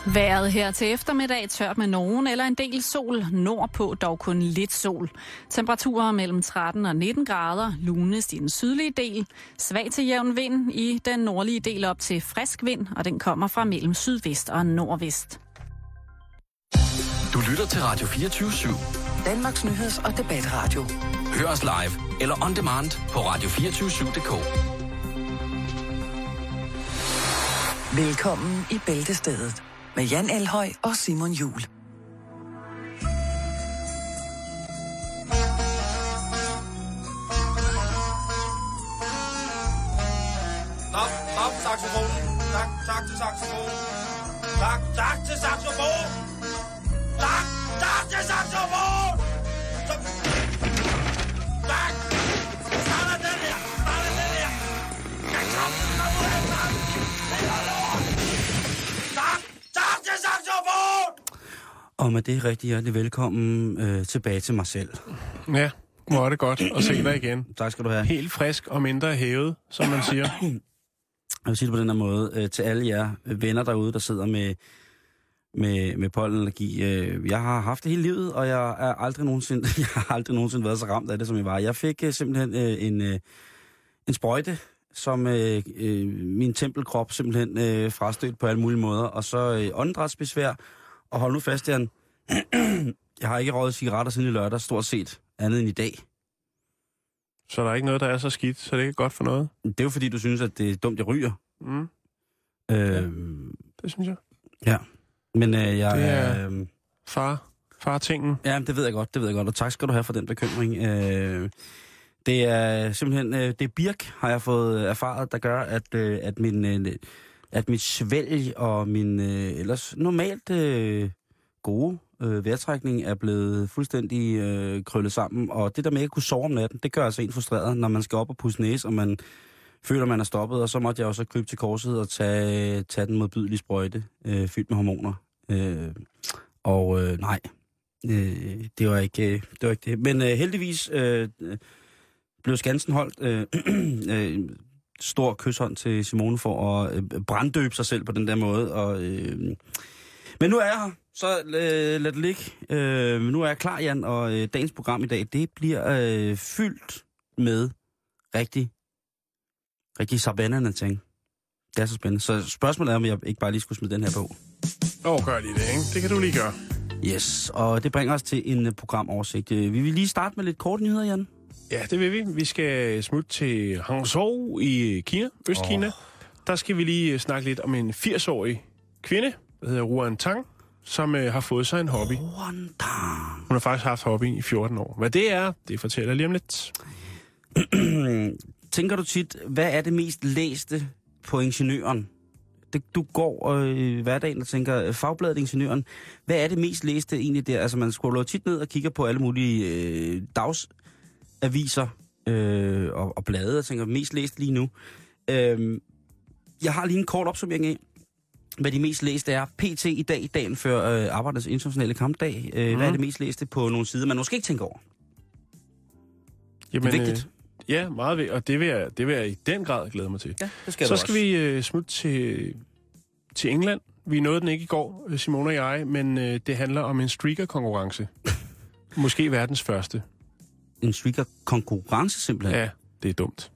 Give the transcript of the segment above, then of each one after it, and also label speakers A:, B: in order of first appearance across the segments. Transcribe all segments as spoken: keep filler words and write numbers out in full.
A: Vejret her til eftermiddag tørt med nogen eller en del sol. Nordpå dog kun lidt sol. Temperaturer mellem tretten og nitten grader. Lunest i den sydlige del. Svag til jævn vind i den nordlige del op til frisk vind, og den kommer fra mellem sydvest og nordvest.
B: Du lytter til Radio fireogtyve syv.
C: Danmarks nyheds- og debatradio.
B: Hør os live eller on demand på radio to fire syv punktum d k.
C: Velkommen i Bæltestedet med Jan Elhøj og Simon Juhl.
D: Stop, stop, saxofonen. Tak, tak til saxofonen. Tak, tak til saxofonen. Tak, tak til saxofonen. Tak. Sådan den her, sådan den her. Tak, tak, tak. Tak, tak til saxofonen.
E: Og med det rigtig hjertelig velkommen øh, tilbage til mig selv.
F: Ja, må det godt at se dig igen.
E: Tak skal du have.
F: Helt frisk og mindre hævet, som man siger.
E: Jeg vil sige det på den her måde, øh, til alle jer venner derude, der sidder med, med, med pollenallergi. Øh, jeg har haft det hele livet, og jeg er aldrig nogensinde, jeg har aldrig nogensinde været så ramt af det, som jeg var. Jeg fik øh, simpelthen øh, en, øh, en sprøjte, som øh, øh, min tempelkrop simpelthen øh, frastødt på alle mulige måder, og så øh, åndedrætsbesvær, og hold nu fast, Jan. Jeg har ikke røget cigaretter siden i lørdag, stort set, andet end i dag.
F: Så der er ikke noget, der er så skidt, så det er ikke godt for noget?
E: Det er jo fordi, du synes, at det er dumt, jeg ryger.
F: Mm.
E: Øh,
F: ja, det synes jeg.
E: Ja, men øh, jeg...
F: Det er
E: øh,
F: far, far-tingen.
E: Ja, det ved jeg godt, det ved jeg godt, og tak skal du have for den bekymring. Øh, det er simpelthen, øh, det er birk, har jeg fået erfaret, der gør, at, øh, at, min, øh, at mit svælg og min øh, ellers normalt øh, gode øh, vejrtrækning er blevet fuldstændig øh, krøllet sammen, og det der med at kunne sove om natten, det gør altså en frustreret, når man skal op og pusse næse, og man føler, man er stoppet, og så måtte jeg også krybe til korset og tage, tage den modbydelige sprøjte, øh, fyldt med hormoner. Øh, og øh, nej, øh, det var ikke øh, det. Var ikke det. Men øh, heldigvis øh, blev Skansen holdt øh, øh, stor kysshånd til Simone for at øh, branddøbe sig selv på den der måde. Og, øh, men nu er jeg her, så øh, lad det ligge. Øh, nu er jeg klar, Jan, og øh, dagens program i dag, det bliver øh, fyldt med rigtig rigtig sabanderne ting. Det er så spændende. Så spørgsmålet er, om jeg ikke bare lige skulle smide den her på.
F: Åh, oh, gør lige det, ikke? Det kan du lige gøre.
E: Yes, og det bringer os til en uh, programoversigt. Vi vil lige starte med lidt kort nyheder, Jan.
F: Ja, det vil vi. Vi skal smutte til Hangzhou i Kina, Østkina. Oh. Der skal vi lige snakke lidt om en firs-årig kvinde, der hedder Ruan Tang, som uh, har fået sig en hobby.
E: Ruan Tang.
F: Hun har faktisk haft hobby i fjorten år. Hvad det er, det fortæller jeg lige om lidt.
E: Tænker du tit, hvad er det mest læste på Ingeniøren? Det, du går øh, i hverdagen og tænker, Fagbladet Ingeniøren, hvad er det mest læste egentlig der? Altså man scroller tit ned og kigger på alle mulige øh, dagsaviser øh, og, og blade, og tænker, mest læste lige nu. Øh, jeg har lige en kort opsummering af, hvad de mest læste er. P T i dag, dagen før øh, Arbejdernes Internationale Kampdag. Øh, mm. Hvad er det mest læste på nogle sider, man måske ikke tænker over?
F: Jamen,
E: det er vigtigt.
F: Øh... Ja, meget vigtigt, og det vil, jeg, det vil jeg i den grad glæde mig til.
E: Ja, det skal
F: Så
E: også.
F: skal vi uh, smutte til, til England. Vi nåede den ikke i går, Simone og jeg, men uh, det handler om en streaker-konkurrence. Måske verdens første.
E: En streaker-konkurrence simpelthen?
F: Ja, det er dumt.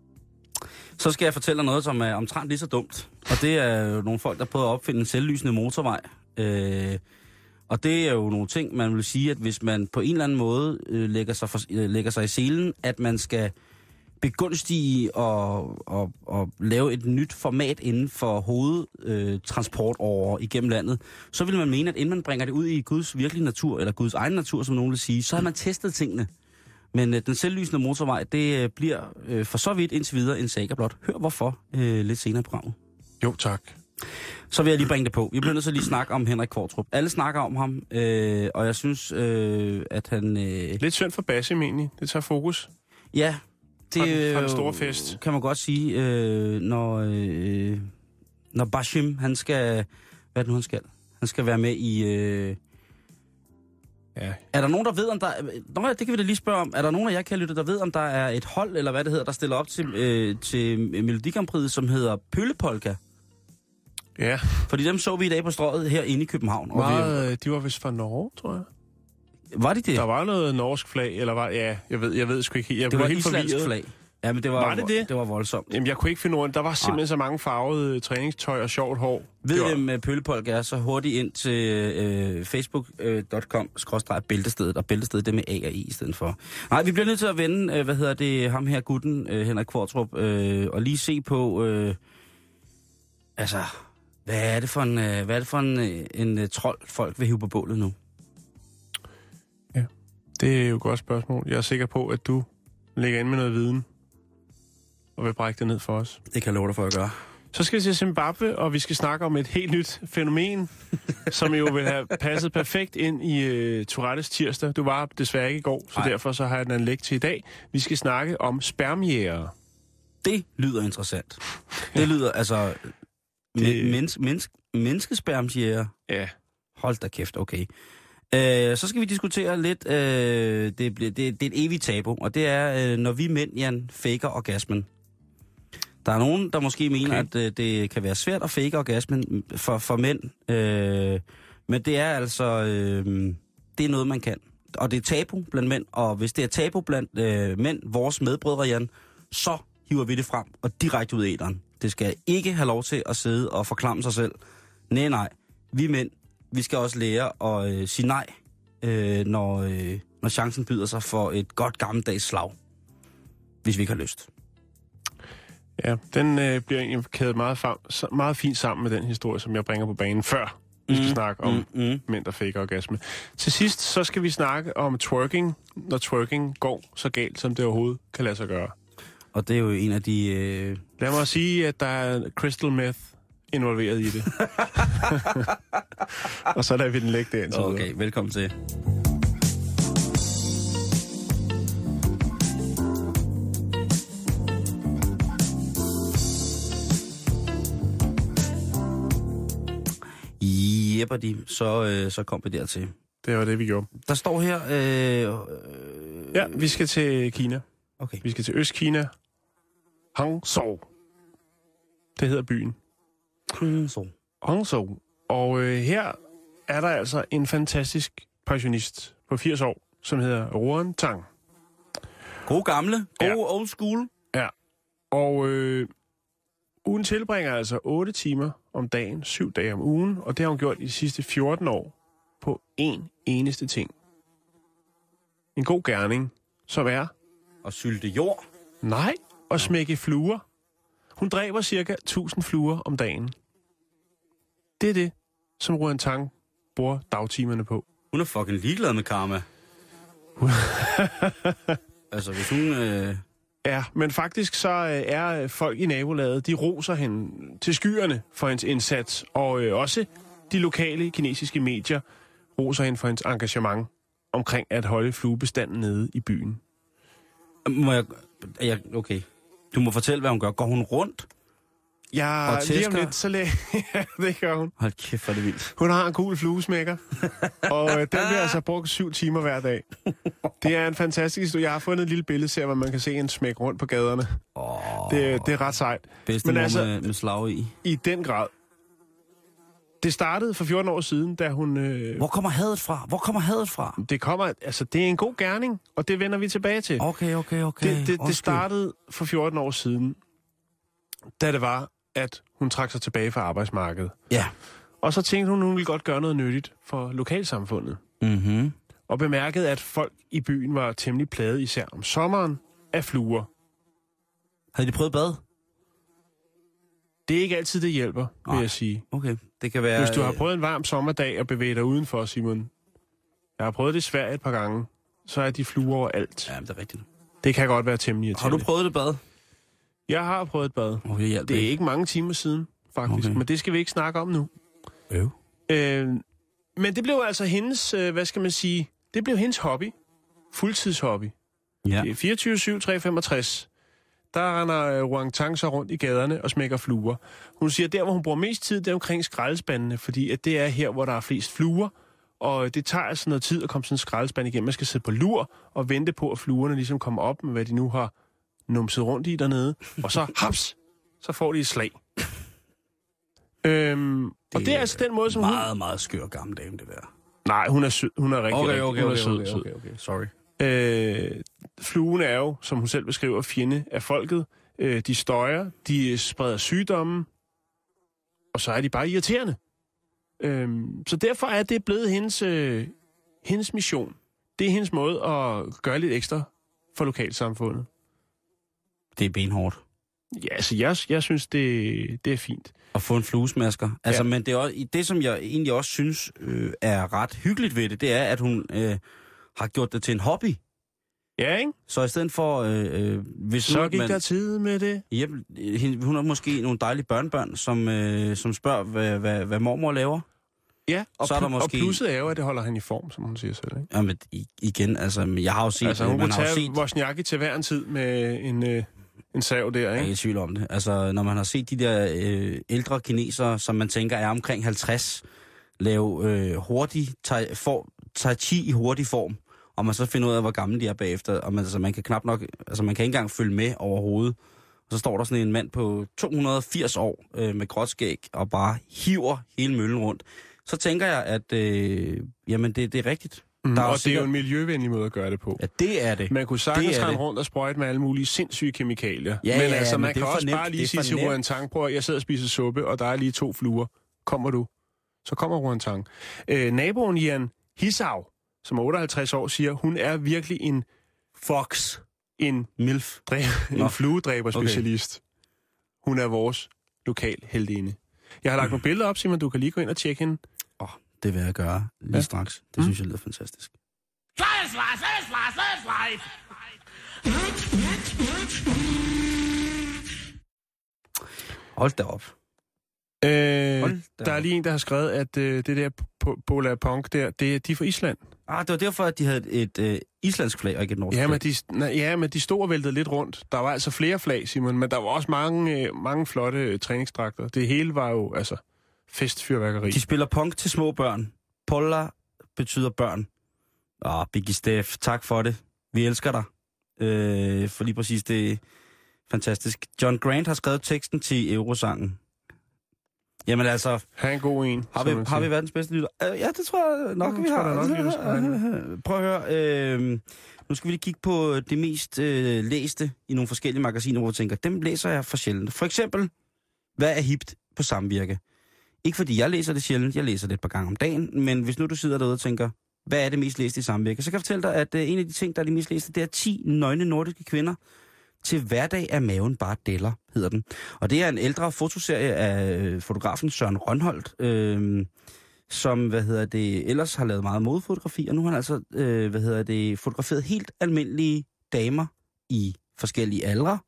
E: Så skal jeg fortælle dig noget, som er omtrent lige så dumt. Og det er jo nogle folk, der prøver at opfinde en selvlysende motorvej. Øh, og det er jo nogle ting, man vil sige, at hvis man på en eller anden måde øh, lægger, sig for, øh, lægger sig i selen, at man skal begunstige og, og, og lave et nyt format inden for hovedtransport øh, over igennem landet, så vil man mene, at inden man bringer det ud i Guds virkelige natur, eller Guds egen natur, som nogen vil sige, så har man testet tingene. Men øh, den selvlysende motorvej, det øh, bliver øh, for så vidt indtil videre en saga blot. Hør hvorfor øh, lidt senere i programmet.
F: Jo, tak.
E: Så vil jeg lige bringe det på. Vi bliver nødt til at lige snakke om Henrik Qvortrup. Alle snakker om ham, øh, og jeg synes, øh, at han... Øh...
F: Lidt synd for Basim egentlig. Det tager fokus.
E: Ja, det
F: er fra den store fest.
E: Kan man godt sige, øh, når, øh, når Basim, han skal... Hvad er det nu, han skal? Han skal være med i... Øh...
F: Ja.
E: Er der nogen, der ved, om der... Nå, det kan vi da lige spørge om. Er der nogen af jer, kan lytte, der ved, om der er et hold, eller hvad det hedder, der stiller op til, øh, til Melodi Grand Prix, som hedder Pøllepolka?
F: Ja.
E: Fordi dem så vi i dag på strøget herinde i København. Og
F: Meget,
E: vi,
F: de var vist fra Norge, tror jeg.
E: var de det?
F: Der var noget norsk flag, eller var... Ja, jeg ved, jeg ved sgu ikke. Jeg
E: det
F: blev
E: var
F: helt
E: islandsk
F: forvirret.
E: flag. Ja, men det var,
F: Var det det?
E: det var voldsomt.
F: Jamen, jeg kunne ikke finde ord. Der var simpelthen Nej. så mange farvede træningstøj og sjovt hår.
E: Ved
F: var...
E: hvem Pøllepolk er, så hurtigt ind til øh, facebook punktum com skråstreg bæltestedet, og bæltestedet det med A og I i stedet for. Nej, vi bliver nødt til at vende, øh, hvad hedder det, ham her gutten, øh, Henrik Kvartrup, øh, og lige se på, øh, altså, hvad er det for en, øh, hvad er det for en, øh, en øh, trold, folk vil hive på bålet nu?
F: Ja, det er jo et godt spørgsmål. Jeg er sikker på, at du ligger inde med noget viden, og vil brække det ned for os.
E: Det kan jeg love dig for at gøre.
F: Så skal vi til Zimbabwe, og vi skal snakke om et helt nyt fænomen, som jo vil have passet perfekt ind i uh, Tourettes tirsdag. Du var desværre ikke i går, så Ej. derfor så har jeg den anlæg til i dag. Vi skal snakke om spermjægere.
E: Det lyder interessant. Det lyder altså... Det... Mens, mens, menneskespermsjæger.
F: Ja.
E: Hold da kæft, okay. Øh, så skal vi diskutere lidt... Øh, det, det, det er et evigt tabu, og det er, øh, når vi mænd, Jan, faker orgasmen. Der er nogen, der måske mener, okay. at øh, det kan være svært at fake orgasmen for, for mænd. Øh, men det er altså... Øh, det er noget, man kan. Og det er tabu blandt mænd, og hvis det er tabu blandt øh, mænd, vores medbrødre, Jan, så hiver vi det frem og direkte ud i æteren. Det skal ikke have lov til at sidde og forklamme sig selv. Nej, nej. Vi mænd, vi skal også lære at øh, sige nej, øh, når, øh, når chancen byder sig for et godt gammeldags slag. Hvis vi ikke har lyst.
F: Ja, den øh, bliver egentlig kædet meget, fam- meget fint sammen med den historie, som jeg bringer på banen før. Vi skal mm, snakke om mm, mm. mænd, der faker orgasme. Til sidst, så skal vi snakke om twerking, når twerking går så galt, som det overhovedet kan lade sig gøre.
E: Og det er jo en af de... Øh...
F: Lad mig sige, at der er crystal meth involveret i det. Og så lader vi den lægge det.
E: Okay, videre. Velkommen til. Jeopardy, så, øh, så kom vi dertil.
F: Det var det, vi gjorde.
E: Der står her... Øh,
F: øh, ja, vi skal til Kina.
E: Okay.
F: Vi skal til Østkina. Hangzhou. Det hedder byen.
E: Hangzhou.
F: Hangzhou. Og øh, her er der altså en fantastisk pensionist på firs år, som hedder Ruan Tang.
E: God gamle. God
F: ja.
E: old school.
F: Ja. Og øh, hun tilbringer altså otte timer om dagen, syv dage om ugen, og det har hun gjort i de sidste fjorten år på én eneste ting. En god gerning, som er...
E: Og sylte jord?
F: Nej, og smække fluer. Hun dræber cirka tusind fluer om dagen. Det er det, som Ruan Tang bruger dagtimerne på.
E: Hun er fucking ligeglad med karma. Altså, hvis hun... Øh...
F: Ja, men faktisk så er folk i nabolaget, de roser hende til skyerne for hendes indsats, og øh, også de lokale kinesiske medier roser hende for hendes engagement omkring at holde fluebestanden nede i byen.
E: Må jeg... jeg okay. Du må fortælle, hvad hun gør. Går hun rundt?
F: Ja,
E: og
F: lige om lidt, så læ- ja, det gør hun.
E: Hold kæft, hvor er det vildt.
F: Hun har en cool fluesmækker, og øh, den bliver altså brugt syv timer hver dag. Det er en fantastisk historie. Jeg har fundet et lille billede, ser, hvor man kan se en smæk rundt på gaderne.
E: Oh,
F: det, det er ret sejt.
E: Bedste Men altså, med, med slag i.
F: I den grad. Det startede for fjorten år siden, da hun... Øh,
E: Hvor kommer hadet fra? Hvor kommer hadet fra?
F: Det kommer... Altså, det er en god gerning, og det vender vi tilbage til.
E: Okay, okay, okay.
F: Det, det, det startede for fjorten år siden, da det var, at hun trak sig tilbage fra arbejdsmarkedet.
E: Ja.
F: Og så tænkte hun, at hun ville godt gøre noget nyttigt for lokalsamfundet.
E: Mhm.
F: Og bemærkede, at folk i byen var temmelig plaget, især om sommeren, af fluer.
E: Havde de prøvet bad?
F: Det er ikke altid, det hjælper, vil
E: Nej.
F: jeg sige.
E: Okay, det kan være...
F: Hvis du har prøvet en varm sommerdag og bevæge dig udenfor, Simon. Jeg har prøvet det i Sverige et par gange, så er de fluer overalt.
E: Ja, det er rigtigt.
F: Det kan godt være temmelig irriterende.
E: Har du prøvet det bad?
F: Jeg har prøvet et bad.
E: Okay, det,
F: det er ikke. ikke mange timer siden, faktisk. Okay. Men det skal vi ikke snakke om nu.
E: Øh.
F: Øh, men det blev altså hendes, øh, hvad skal man sige, det blev hendes hobby. Fuldtidshobby.
E: Ja.
F: Det er fireogtyve syv tre femogtres. Der render Ruan Tang så rundt i gaderne og smækker fluer. Hun siger, at der, hvor hun bruger mest tid, det er omkring skraldespandene, fordi at det er her, hvor der er flest fluer, og det tager altså noget tid at komme sådan en skraldespand igennem. Man skal sidde på lur og vente på, at fluerne ligesom kommer op med, hvad de nu har numset rundt i dernede, og så haps, så får de et slag. Øhm, det og det er altså den måde, som
E: meget,
F: hun...
E: Meget, meget skør gammel dame, det der.
F: Nej, hun er sød. Hun er rigtig,
E: okay,
F: rigtig
E: okay,
F: hun er
E: okay,
F: sød,
E: okay,
F: sød.
E: okay, okay, sorry.
F: Øh, fluen er jo, som hun selv beskriver, fjende af folket. Øh, de støjer, de spreder sygdomme, og så er de bare irriterende. Øh, så derfor er det blevet hendes, øh, hendes mission. Det er hendes måde at gøre lidt ekstra for lokalsamfundet.
E: Det er benhårdt.
F: Ja, altså jeg, jeg synes, det, det er fint.
E: At få en fluesmasker. Altså,
F: Ja.
E: men det, er også, det, som jeg egentlig også synes øh, er ret hyggeligt ved det, det er, at hun øh, har gjort det til en hobby.
F: Ja, ikke?
E: Så i stedet for... Øh, øh, hvis
F: Så
E: nu,
F: gik
E: man,
F: der tid med det.
E: Jep, hun har måske nogle dejlige børnebørn, som, øh, som spørger, hvad, hvad, hvad mormor laver.
F: Ja, og,
E: Så er der
F: pl-
E: måske-
F: og plusset er jo, at det holder han i form, som hun siger selv. Ikke?
E: Jamen, i- igen, altså, jeg har jo set...
F: Altså, hun
E: øh,
F: kunne
E: man har jo
F: tage
E: set,
F: Wozniacki til hver en tid med en, øh, en sav der,
E: jeg er
F: ikke?
E: ikke i tvivl om det. Altså, når man har set de der øh, ældre kinesere, som man tænker er omkring halvtreds, lave øh, hurtig tai, for, tai chi i hurtig form, og man så finder ud af, hvor gamle de er bagefter, og man, altså, man kan knap nok, altså man kan ikke engang følge med overhovedet. Og så står der sådan en mand på to hundrede og firs år øh, med gråt skæg og bare hiver hele møllen rundt. Så tænker jeg, at øh, jamen det, det er rigtigt.
F: Mm,
E: Der er
F: og det er
E: sikkert-
F: jo en miljøvenlig måde at gøre det på.
E: Ja, det er det.
F: Man kunne sagtens
E: Det er
F: rende
E: det.
F: rundt og sprøjte med alle mulige sindssyge kemikalier.
E: Ja,
F: men
E: ja,
F: altså,
E: men
F: man
E: det
F: kan
E: er for
F: også
E: nemt.
F: bare
E: Det
F: lige
E: er
F: sige
E: for
F: til
E: nemt.
F: Ruan Tang, prøv at jeg sidder og spiser suppe, og der er lige to fluer. Kommer du? Så kommer Ruan Tang. Øh, naboen Jan Hisau, som er otteoghalvtreds år, siger, hun er virkelig en
E: Fox.
F: en,
E: Milf.
F: dræ-
E: Nå.
F: en fluedræber-specialist. Okay. Hun er vores lokal heldinde. Jeg har lagt nogle billeder op, Simon, du kan lige gå ind og tjekke hende.
E: Åh, oh, det vil jeg gøre lige
F: Ja.
E: ja. straks. Det mm. synes jeg lyder fantastisk. Hold da op.
F: Øh,
E: Hold da
F: der er
E: op.
F: lige en, der har skrevet, at øh, det der po- Pola Punk der, det, de er fra Island.
E: Ah, det var derfor, at de havde et, et øh, islandsk flag og ikke et norsk
F: Ja,
E: flag.
F: men de, nej, ja, men de stod og væltede lidt rundt. Der var altså flere flag, Simon, men der var også mange, øh, mange flotte øh, træningsdragter. Det hele var jo altså festfyrværkeri.
E: De spiller punk til små børn. Polla betyder børn. Ah, Biggie Steff, tak for det. Vi elsker dig. Øh, for lige præcis det er fantastisk. John Grant har skrevet teksten til Eurosangen. Jamen altså,
F: Ha' en god en.
E: har
F: som
E: vi,
F: man
E: har vi
F: siger.
E: verdens bedste lytter? Uh, ja, det tror jeg nok,
F: Ja,
E: vi
F: tror
E: har.
F: jeg nok, vi skal
E: Prøv at høre. Øh, nu skal vi lige kigge på det mest øh, læste i nogle forskellige magasiner, hvor jeg tænker, dem læser jeg for sjældent. For eksempel, hvad er hipt på Samvirke? Ikke fordi jeg læser det sjældent, jeg læser det et par gange om dagen, men hvis nu du sidder derude og tænker, hvad er det mest læste i Samvirke, så kan jeg fortælle dig, at øh, en af de ting, der er det mest læste, det er ti nøgne nordiske kvinder. Til hverdag er maven bare deller, hedder den. Og det er en ældre fotoserie af øh, fotografen Søren Rønholdt, øh, som, hvad hedder det, ellers har lavet meget modefotografi, og nu har han altså, øh, hvad hedder det, fotograferet helt almindelige damer i forskellige aldre,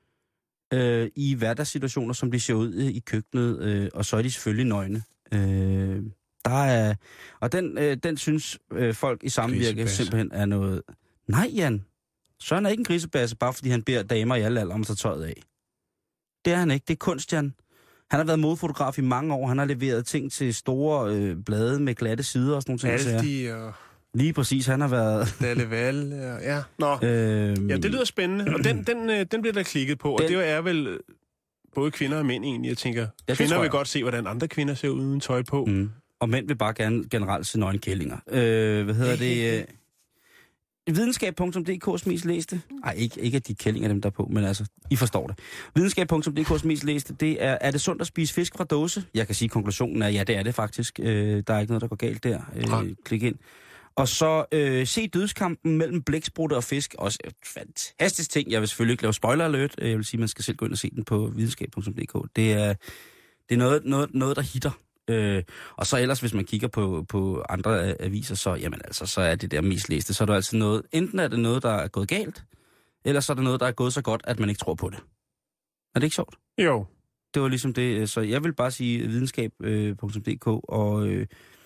E: øh, i hverdagssituationer, som de ser ud øh, i køkkenet, øh, og så er de selvfølgelig nøgne. Øh, der er, og den, øh, den synes øh, folk i Samvirke
F: Grisebasse.
E: simpelthen er noget... Nej, Jan. Søren er ikke en grisebasse, bare fordi han beder damer i alle aldre om at tage tøjet af. Det er han ikke. Det er kunst, Jan. Han har været modefotograf i mange år. Han har leveret ting til store øh, blade med glatte sider og sådan nogle ting.
F: Aldi og
E: Lige præcis. Han har været...
F: Dalle Val. Og, ja, nå.
E: Øh,
F: Ja, det lyder spændende. Og den, den, øh, den bliver der klikket på. Og
E: Den-
F: det er vel øh, både kvinder og mænd egentlig. Jeg tænker,
E: det
F: kvinder
E: tror
F: vil
E: jeg.
F: godt se, hvordan andre kvinder ser ud uden tøj på.
E: Mm. Og mænd vil bare gerne generelt se nøgenkællinger. Øh, hvad hedder det? Øh, videnskab punktum d k's mest læste. Nej, ikke, ikke at de kællinger dem der er på, men altså, I forstår det. videnskab punktum d k's mest læste, det er, er det sundt at spise fisk fra dåse? Jeg kan sige, at konklusionen er, ja, det er det faktisk. Øh, der er ikke noget, der går galt der.
F: Nej.
E: Øh, klik ind. Og så øh, se dødskampen mellem blæksprutte og fisk. Også et fantastisk ting. Jeg vil selvfølgelig ikke lave spoiler alert. Jeg vil sige, at man skal selv gå ind og se den på videnskab punktum d k. Det er, det er noget, noget, noget, der hitter. Øh, og så ellers, hvis man kigger på, på andre aviser, så, jamen altså, så er det der mest læste. Så er der altså noget, enten er det noget, der er gået galt, eller så er det noget, der er gået så godt, at man ikke tror på det. Er det ikke sjovt?
F: Jo.
E: Det var ligesom det. Så jeg vil bare sige videnskab punktum d k, og, øh,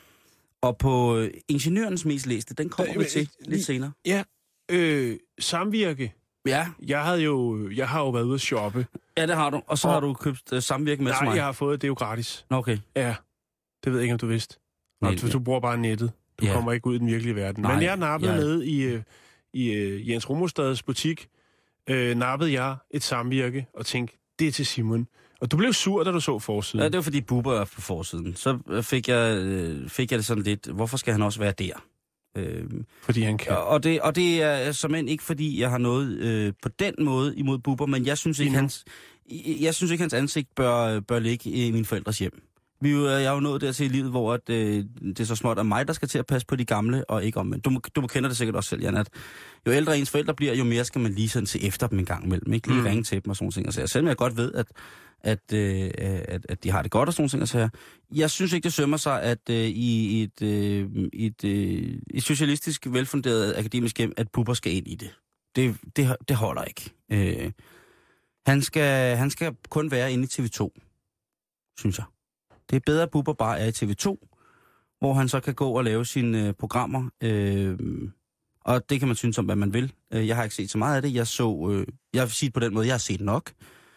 E: og på øh, ingeniørens mest læste, den kommer
F: Da-
E: vi til
F: øh,
E: lidt senere.
F: Ja, øh, Samvirke.
E: Ja,
F: Jeg, havde jo, jeg har jo været ude at shoppe.
E: ja, det har du. Og så
F: Og-
E: har du købt øh, samvirke med til
F: Nej,
E: mig.
F: jeg har fået, det er jo gratis.
E: Nå, okay.
F: Ja, det ved jeg ikke, om du vidste. Nå,
E: Nej,
F: du, du bruger bare nettet. Du
E: Ja.
F: kommer ikke ud i den virkelige verden.
E: Nej,
F: Men jeg nappede
E: jeg-
F: nede i, øh, i øh, Jens Romostads butik, øh, nappede jeg et samvirke og tænkte, det er til Simon. Og du blev sur, da du så forsiden.
E: Ja, det var fordi Bubber var på forsiden. Så fik jeg, øh, fik jeg det sådan lidt, hvorfor skal han også være der? Øh,
F: fordi han kan.
E: Og det, og det er såmænd ikke, fordi jeg har noget øh, på den måde imod Bubber, men jeg synes ikke, hans, jeg synes ikke, hans ansigt bør, bør ligge i mine forældres hjem. Vi er jo, jeg er jo nået dertil i livet, hvor at, øh, det er så småt af mig, der skal til at passe på de gamle, og ikke om. Du, du kender det sikkert også selv, Jan, at jo ældre ens forældre bliver, jo mere skal man lige sådan se efter dem en gang imellem. Ikke lige mm. ringe til dem og sådan ting. Så selvom jeg godt ved, at, at, øh, at, at de har det godt og sådan ting. Så jeg synes ikke, det sømmer sig, at øh, i et, øh, et, øh, et socialistisk, velfunderet akademisk hjem, at Bubber skal ind i det. Det, det, det holder ikke. Øh, han, skal, han skal kun være inde i T V to, synes jeg. Det er bedre, at Bubber bare er i T V to, hvor han så kan gå og lave sine øh, programmer. Øh, og det kan man synes om, hvad man vil. Jeg har ikke set så meget af det. Jeg så, øh, jeg vil sige det på den måde, jeg har set nok.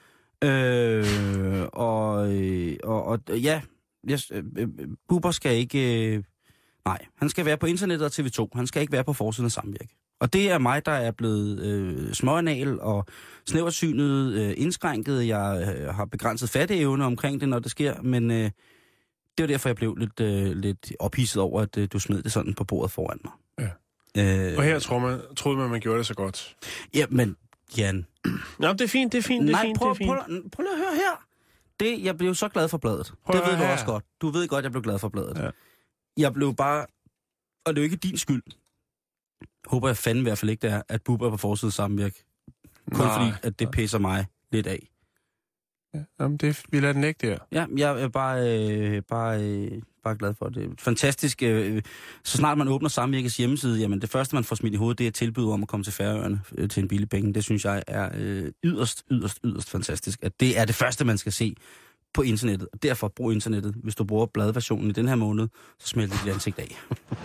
E: Øh, og, øh, og, og ja, jeg, øh, Bubber skal ikke... Øh, nej, han skal være på internettet og T V to. Han skal ikke være på forsiden af Samvirke. Og det er mig, der er blevet øh, småanal og snæversynet, øh, indskrænket. Jeg øh, har begrænset fatteevne omkring det, når det sker. Men øh, det var derfor, jeg blev lidt, øh, lidt ophidset over, at øh, du smed det sådan på bordet foran mig.
F: Ja. Øh, og her tror man, troede man, man gjorde det så godt.
E: Ja, men Jan...
F: Nå, det er fint, det er fint, det er
E: Nej,
F: fint,
E: prøv,
F: det er fint.
E: Prøv, prøv lige at høre her. Det, jeg blev så glad for bladet.
F: Prøv
E: det ved du
F: her.
E: også godt. Du ved godt, jeg blev glad for bladet.
F: Ja.
E: Jeg blev bare... Og det er jo ikke din skyld. Håber jeg fandme i hvert fald ikke, det er, at Bubber er på forsiden Samvirke. Kun
F: Nej.
E: fordi, at det pisser mig lidt af.
F: Ja, jamen, det, vi lader den ligge der.
E: Ja, jeg er bare, øh, bare, øh, bare glad for det. Fantastisk. Øh, så snart man åbner Samvirkes hjemmeside, jamen det første, man får smidt i hovedet, det er tilbud om at komme til Færøerne øh, til en billig penge. Det synes jeg er øh, yderst, yderst, yderst fantastisk. At det er det første, man skal se på internettet. Og derfor brug internettet. Hvis du bruger bladversionen i den her måned, så smelter dit ansigt af.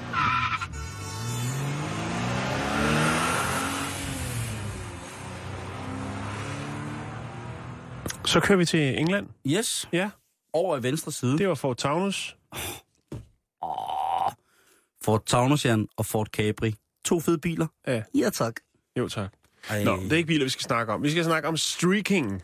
F: Så kører vi til England.
E: Yes.
F: Ja.
E: Over i venstre side.
F: Det var Ford Taunus.
E: Oh. Ford Taunus, Jan, og Ford Capri. To fede biler.
F: Ja.
E: Ja, tak.
F: Jo, tak.
E: Ej.
F: Nå, det er ikke biler, vi skal snakke om. Vi skal snakke om streaking.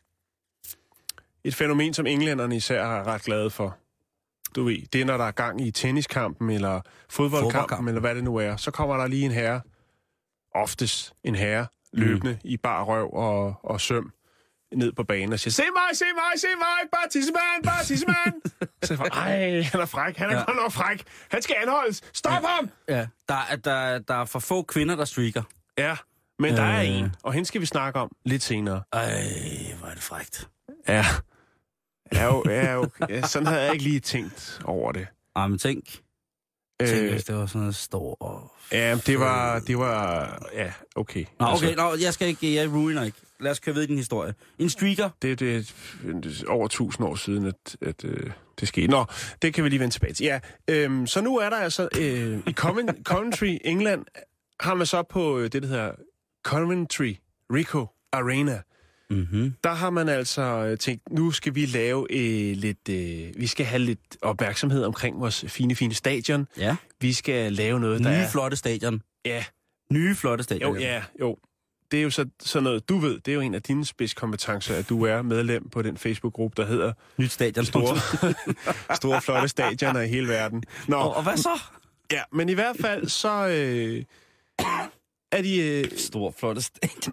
F: Et fænomen, som englænderne især er ret glade for. Du ved, det er, når der er gang i tenniskampen, eller fodboldkampen,
E: Fodboldkamp.
F: eller hvad det nu er. Så kommer der lige en herre, oftest en herre, løbende mm. i bar røv og, og søm, ned på banen og siger, se mig, se mig, se mig, bare tissemand, bare tissemand. Så jeg ej, han er fræk, han er ja. godt nok fræk. Han skal anholdes, stop ja. ham!
E: Ja, der, er, der, der er for få kvinder, der streaker.
F: Ja, men der er
E: Øh.
F: en, og hende skal vi snakke om lidt senere.
E: Ej, hvor er det frækt.
F: Ja, ja, jo, ja okay. Ja, sådan havde jeg ikke lige tænkt over det.
E: Ej, men tænk. Tænk,
F: Øh,
E: hvis det var sådan noget stor og...
F: ja, det var, det var, ja, okay.
E: Nå, okay,
F: altså,
E: nå, jeg skal ikke, jeg ruiner ikke. Lad os køre ved i din historie. En streaker.
F: Det, det er over tusind år siden, at, at øh, det skete. Nå, det kan vi lige vende tilbage til. Ja, øhm, så nu er der altså, øh, i Covent- Coventry, England, har man så på det, der hedder Coventry Ricoh Arena.
E: Mm-hmm.
F: Der har man altså tænkt, nu skal vi lave øh, lidt, øh, vi skal have lidt opmærksomhed omkring vores fine, fine stadion.
E: Ja.
F: Vi skal lave noget, der
E: Nye,
F: er...
E: flotte stadion.
F: Ja.
E: Nye, flotte stadion.
F: Jo, ja, jo. Det er jo så, sådan noget, du ved, det er jo en af dine spidskompetencer, at du er medlem på den Facebook-gruppe, der hedder
E: Nyt stadion.
F: Store, store flotte stadioner i hele verden. Nå,
E: Og, og hvad så?
F: ja, men i hvert fald så øh, er de... Øh,
E: Stor, flotte stadion.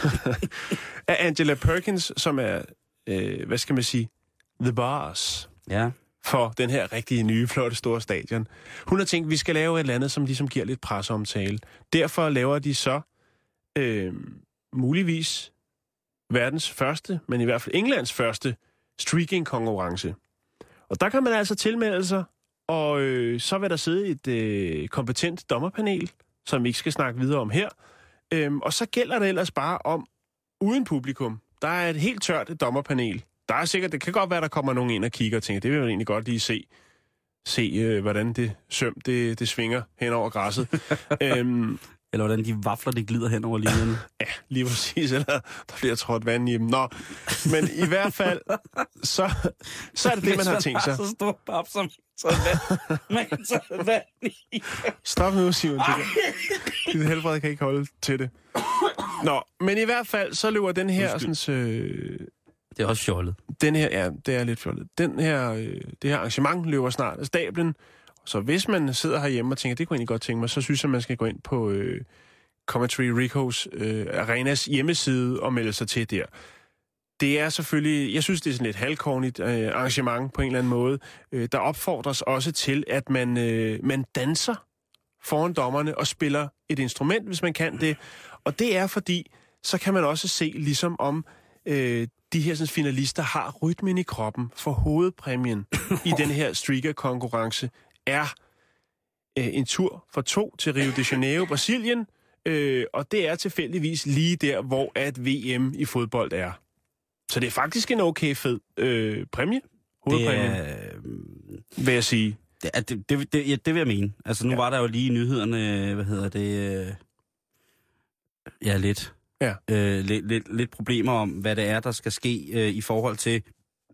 F: er Angela Perkins, som er, øh, hvad skal man sige, the boss
E: Ja.
F: for den her rigtige nye, flotte, store stadion. Hun har tænkt, at vi skal lave et eller andet, som ligesom giver lidt presseomtale. Derfor laver de så øh, muligvis verdens første, men i hvert fald Englands første streaking-konkurrence. Og der kan man altså tilmelde sig, og øh, så vil der sidde et øh, kompetent dommerpanel, som vi ikke skal snakke videre om her. Øhm, og så gælder det ellers bare om, uden publikum, der er et helt tørt et dommerpanel. Der er sikkert, det kan godt være, der kommer nogen ind og kigger og tænker, det vil jeg egentlig godt lige se, se øh, hvordan det søm, det, det svinger hen over græsset. øhm,
E: Eller hvordan de vafler, de glider hen over linjen.
F: Ja, lige præcis, eller der bliver trådt vand i dem. Nå, men i hvert fald, så, så er det det, man har tænkt sig.
E: så stor pap, som så vand, man så vand i.
F: Stop nu, Simon. Det dit helbred kan ikke holde til det. Nå, men i hvert fald, så løber den her sådan, øh,
E: Det er også fjollet.
F: Den her, ja, det er lidt fjollet. Den her, øh, det her arrangement løber snart af stablen. Så hvis man sidder herhjemme og tænker, det kunne jeg egentlig godt tænke mig, så synes jeg, man skal gå ind på øh, Commentary Ricos øh, Arenas hjemmeside og melde sig til der. Det er selvfølgelig, jeg synes, det er sådan et halvkornigt øh, arrangement på en eller anden måde. Øh, der opfordres også til, at man, øh, man danser foran dommerne og spiller et instrument, hvis man kan det. Og det er fordi, så kan man også se ligesom om øh, de her sådan, finalister har rytmen i kroppen, for hovedpræmien i den her streaker-konkurrence er øh, en tur fra to til Rio de Janeiro, Brasilien, øh, og det er tilfældigvis lige der, hvor at V M i fodbold er. Så det er faktisk en okay fed øh, præmie, hovedpræmien, det er, øh, vil jeg sige.
E: Det, det, det, det, ja, det vil jeg mene. Altså nu ja. var der jo lige i nyhederne, hvad hedder det, øh, ja lidt,
F: ja.
E: Øh, lidt, lidt, lidt problemer om, hvad det er, der skal ske øh, i forhold til,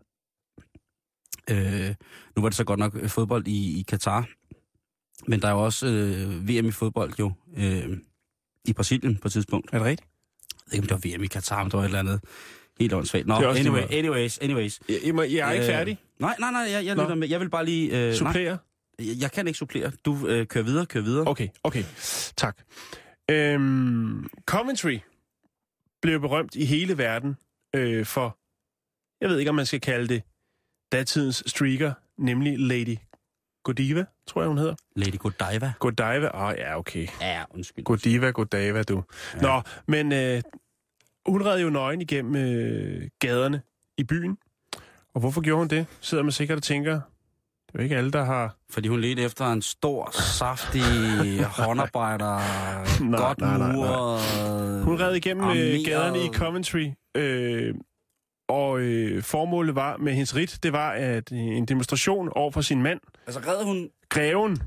E: øh, nu var det så godt nok fodbold i, i Katar, men der er jo også øh, V M i fodbold jo, øh, i Brasilien på et tidspunkt.
F: Er det rigtigt?
E: Jeg ved ikke, om det var V M i Katar, men det var et eller andet helt åndssvagt. Nå, anyway, anyways, anyways.
F: Jeg, jeg, jeg er ikke færdig.
E: Øh, nej, nej, nej, jeg, jeg lytter med. Jeg vil bare lige... Øh,
F: supplere?
E: Nej, jeg, jeg kan ikke supplere. Du øh, kører videre, kører videre.
F: Okay, okay. Tak. Øhm, Coventry blev berømt i hele verden øh, for, jeg ved ikke, om man skal kalde det, datidens streaker, nemlig Lady Godiva, tror jeg, hun hedder.
E: Lady Godiva?
F: Godiva, åh oh, ja, okay.
E: Ja, undskyld.
F: Godiva, Godiva, du. Ja. Nå, men øh, hun red jo nøgen igennem øh, gaderne i byen. Og hvorfor gjorde hun det? Sidder man sikkert og tænker, det er jo ikke alle, der har...
E: Fordi hun ledte efter en stor, saftig håndarbejder, nej, godt
F: nej, nej,
E: muret...
F: Nej. Hun red igennem armeret... gaderne i Coventry, øh, og øh, formålet var med hendes rit, det var at en demonstration over for sin mand.
E: Altså red hun...
F: Greven.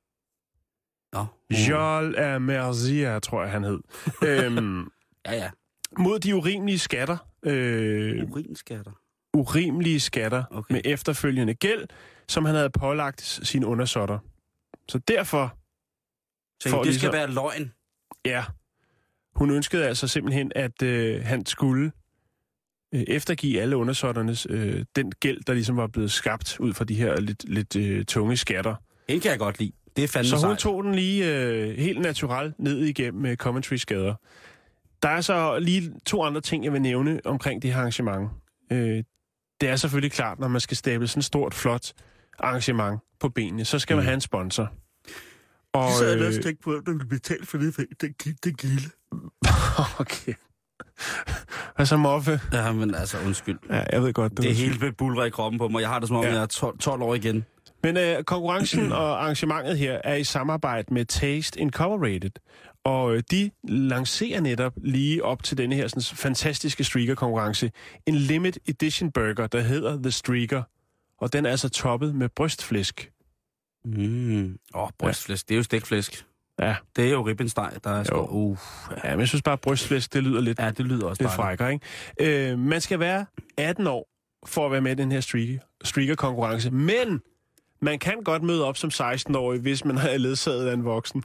E: Nå.
F: Joel af Merzia, tror jeg, han hed. øhm,
E: ja, ja.
F: Mod de urimelige skatter. Øh,
E: Urinskatter?
F: Urimelige skatter okay. Med efterfølgende gæld, som han havde pålagt sine undersåtter. Så derfor...
E: Så for det ligesom, skal være løgn?
F: Ja. Hun ønskede altså simpelthen, at øh, han skulle øh, eftergive alle undersåtternes øh, den gæld, der ligesom var blevet skabt ud fra de her lidt, lidt øh, tunge skatter.
E: Den kan jeg godt lide. Det er fandme
F: Så hun
E: sejt.
F: tog den lige øh, helt naturelt ned igennem øh, Coventry's gader. Der er så lige to andre ting, jeg vil nævne omkring det her arrangement. Øh, det er selvfølgelig klart, når man skal stable sådan et stort, flot arrangement på benene, så skal mm. man have en sponsor. Og,
E: så er det også tænkt på, at der vil betale for det, det, det gilde.
F: Okay. Hvad så, Moffe?
E: Ja, men altså, undskyld.
F: Ja, jeg ved godt.
E: Det er helt med bulrer i kroppen på mig. Jeg har det som om, ja. jeg er tolv, tolv år igen.
F: Men øh, konkurrencen og arrangementet her er i samarbejde med Taste Incorporated. Og øh, de lancerer netop lige op til denne her sådan, fantastiske streaker-konkurrence en limited edition burger, der hedder The Streaker. Og den er altså toppet med brystflæsk.
E: Mm. Åh, oh, brystflæsk. Ja. Det er jo stikflæsk.
F: Ja.
E: Det er jo ribbensteg, der er så... Uh,
F: ja. ja, men jeg synes bare, brystflæsk, det lyder lidt...
E: Ja, det lyder også
F: lidt frækker, ikke? Øh, man skal være atten år for at være med i den her streaker, streaker-konkurrence. Men man kan godt møde op som seksten-årig, hvis man har ledsaget af en voksen.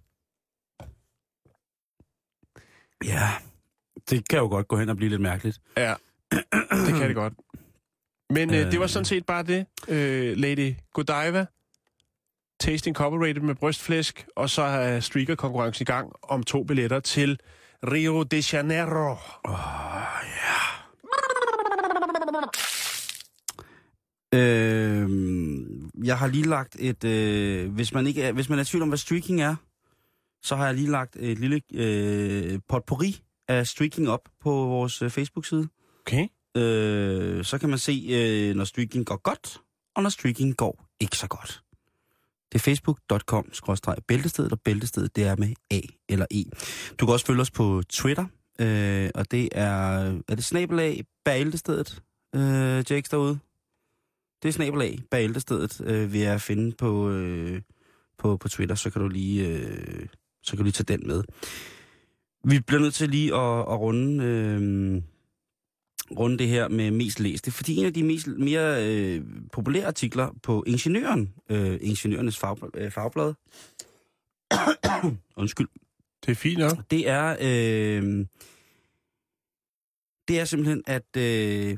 E: Ja, det kan jo godt gå hen og blive lidt mærkeligt.
F: Ja, det kan det godt. Men øh, det var sådan set bare det. Øh, Lady Godiva, Taste Incorporated med brystflæsk, og så er streaker-konkurrencen i gang om to billetter til Rio de Janeiro.
E: Åh, oh, ja. Øh, jeg har lige lagt et... Øh, hvis, man ikke er, hvis man er i tvivl om, hvad streaking er, så har jeg lige lagt et lille øh, potpourri af streaking op på vores øh, Facebook-side.
F: Okay.
E: Øh, så kan man se, øh, når streaking går godt, og når streaking går ikke så godt. Det er facebook punktum com skråstreg bæltestedet, og bæltestedet, det er med A eller E. Du kan også følge os på Twitter, øh, og det er... Er det snabelag bæltestedet, øh, Jakes derude? Det er snabelag bæltestedet, øh, vil jeg finde på, øh, på, på Twitter, så kan du lige... Øh, så kan du lige tage den med. Vi bliver nødt til lige at, at runde, øh, runde det her med mest læste, fordi en af de mest, mere øh, populære artikler på Ingeniøren, øh, Ingeniørernes fag, øh, fagblad, undskyld.
F: Det er fint nok.
E: Det er, øh, det er simpelthen, at øh,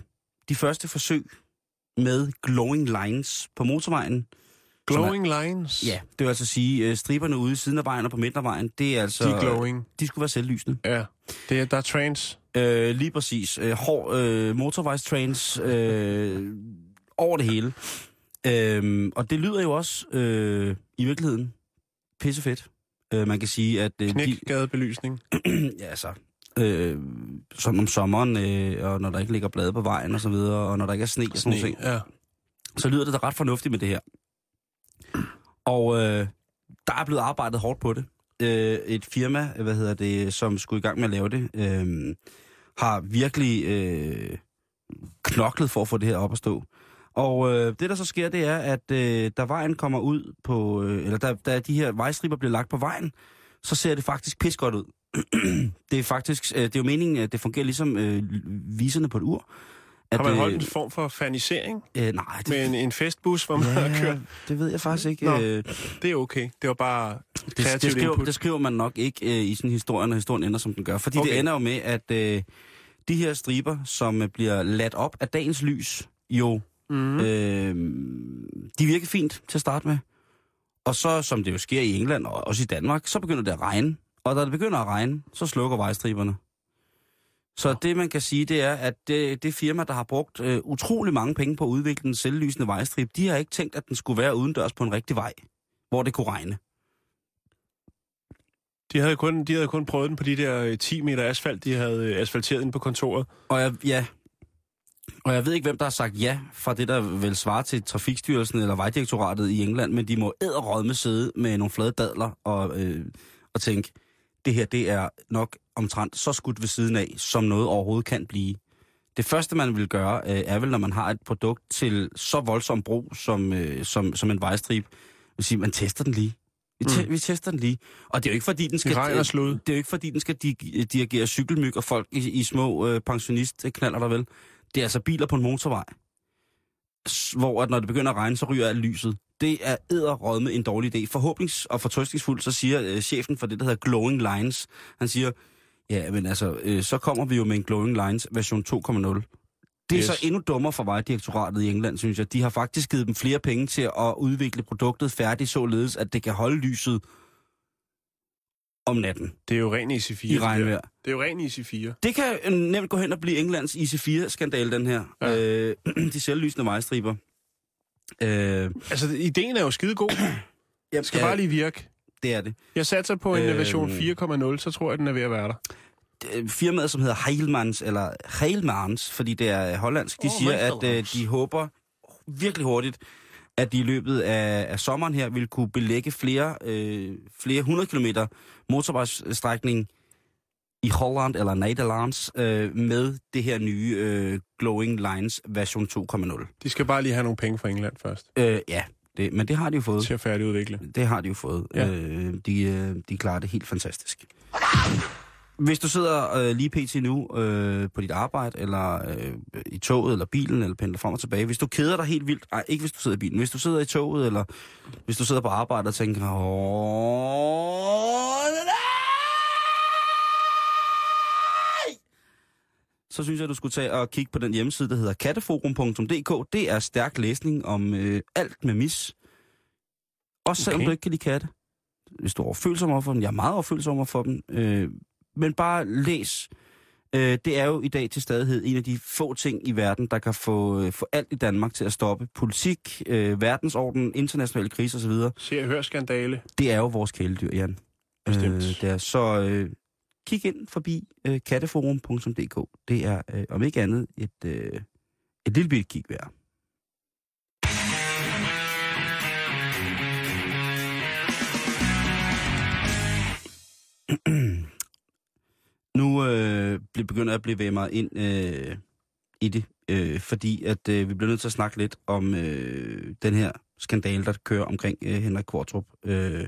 E: de første forsøg med glowing lines på motorvejen.
F: Glowing er, lines?
E: Ja, det vil altså sige, uh, striberne ude i siden af vejen og på midten af vejen, det er altså...
F: De er glowing.
E: De skulle være selvlysende.
F: Ja, det er, der er trains.
E: Uh, lige præcis. Uh, hård uh, motorvejstrains uh, over det hele. Uh, og det lyder jo også uh, i virkeligheden pissefedt. Uh, man kan sige, at... Uh,
F: Knækgadebelysning.
E: ja, altså... Øh, som om sommeren, øh, og når der ikke ligger blade på vejen og så videre, og når der ikke er sne og sådan noget,
F: ja.
E: Så lyder det da ret fornuftigt med det her. Og øh, der er blevet arbejdet hårdt på det. Øh, et firma, hvad hedder det, som skulle i gang med at lave det, øh, har virkelig øh, knoklet for at få det her op at stå. Og øh, det, der så sker, det er, at øh, da vejen kommer ud på, øh, eller da, da de her vejstriber bliver lagt på vejen, så ser det faktisk pis godt ud. Det er faktisk, øh, det er jo meningen, at det fungerer ligesom øh, viserne på et ur. At,
F: har man holdt
E: øh,
F: en form for fanisering?
E: Øh, nej. Det,
F: med en, en festbus, hvor man
E: ja,
F: har kørt?
E: Det ved jeg faktisk ikke.
F: Nå,
E: øh,
F: det er okay. Det var bare
E: det, det, skriver, det skriver man nok ikke øh, i sådan en historie, når historien ender, som den gør. Fordi okay. Det ender jo med, at øh, de her striber, som øh, bliver ladt op af dagens lys, jo, mm. øh, de virker fint til at starte med. Og så, som det jo sker i England og også i Danmark, så begynder det at regne. Og da det begynder at regne, så slukker vejstriberne. Så ja. Det, man kan sige, det er, at det, det firma, der har brugt øh, utrolig mange penge på at udvikle den selvlysende vejstrib, de har ikke tænkt, at den skulle være udendørs på en rigtig vej, hvor det kunne regne.
F: De havde kun, de havde kun prøvet den på de der ti meter asfalt, de havde asfalteret ind på kontoret.
E: Og jeg, ja, og jeg ved ikke, hvem der har sagt ja fra det, der vil svare til Trafikstyrelsen eller Vejdirektoratet i England, men de må edderrådme sidde med nogle flade dadler og, øh, og tænke, det her, det er nok omtrent så skudt ved siden af, som noget overhovedet kan blive. Det første, man vil gøre, øh, er vel, når man har et produkt til så voldsom brug, som, øh, som, som en vejstrib, vil sige, man tester den lige. Vi, te- mm. vi tester den lige. Og det er jo ikke, fordi den skal,
F: det er
E: jo ikke, fordi den skal di- dirigere cykelmyg og folk i, i små øh, pensionistknaller der vel. Det er altså biler på en motorvej, hvor at når det begynder at regne, så ryger alt lyset. Det er edderrådme en dårlig idé. Forhåbnings- og fortrøstningsfuldt, så siger øh, chefen for det, der hedder Glowing Lines, han siger, ja, men altså, øh, så kommer vi jo med en Glowing Lines version to punkt nul. Det er yes. så endnu dummere for Vejdirektoratet i England, synes jeg. De har faktisk givet dem flere penge til at udvikle produktet færdigt, således at det kan holde lyset om natten.
F: Det er jo ren I C fire.
E: I regnvejr.
F: Det er jo ren I C fire.
E: Det kan nemt gå hen og blive Englands I C fire-skandale, den her. Ja. Øh, de selvlysende vejstriber.
F: Øh, altså, ideen er jo skide god. Det skal ja, bare lige virke.
E: Det er det.
F: Jeg satser på en øh, version fire punkt nul, så tror jeg, den er ved at være der.
E: Firmaet, som hedder Heilmans, eller Heilmans, fordi det er hollandsk, de oh, siger, at øh, de håber virkelig hurtigt, at de i løbet af, af sommeren her vil kunne belægge flere, øh, flere hundrede kilometer motorvejsstrækning i Holland eller Nederlands øh, med det her nye øh, Glowing Lines version to punkt nul.
F: De skal bare lige have nogle penge fra England først.
E: Øh, ja, det, men det har de jo fået.
F: Til at færdigudvikle.
E: Det har de jo fået. Ja. Øh, de, de klarer det helt fantastisk. Hvis du sidder øh, lige pt. Nu øh, på dit arbejde, eller øh, i toget, eller bilen, eller pendler frem og tilbage, hvis du keder dig helt vildt, ej, ikke hvis du sidder i bilen, hvis du sidder i toget, eller hvis du sidder på arbejde og tænker, åh, nej! Så synes jeg, du skulle tage og kigge på den hjemmeside, der hedder katteforum punktum d k. Det er stærk læsning om øh, alt med mis. Også selvom okay. du ikke kan lide katte. Hvis du er overfølsom over for dem. Jeg er meget overfølsom over for dem. Øh, men bare læs. Øh, det er jo i dag til stadighed en af de få ting i verden, der kan få, øh, få alt i Danmark til at stoppe. Politik, øh, verdensorden, internationale kriser osv.
F: Se og hør skandale.
E: Det er jo vores kæledyr, Jan.
F: Bestemt.
E: Øh, det er så øh, kig ind forbi øh, katteforum punktum d k. Det er øh, om ikke andet et, øh, et lille bitte kig værd. Nu øh, begynder jeg at blive væmmet ind øh, i det, øh, fordi at øh, vi bliver nødt til at snakke lidt om øh, den her skandale, der kører omkring øh, Henrik Qvortrup. Øh,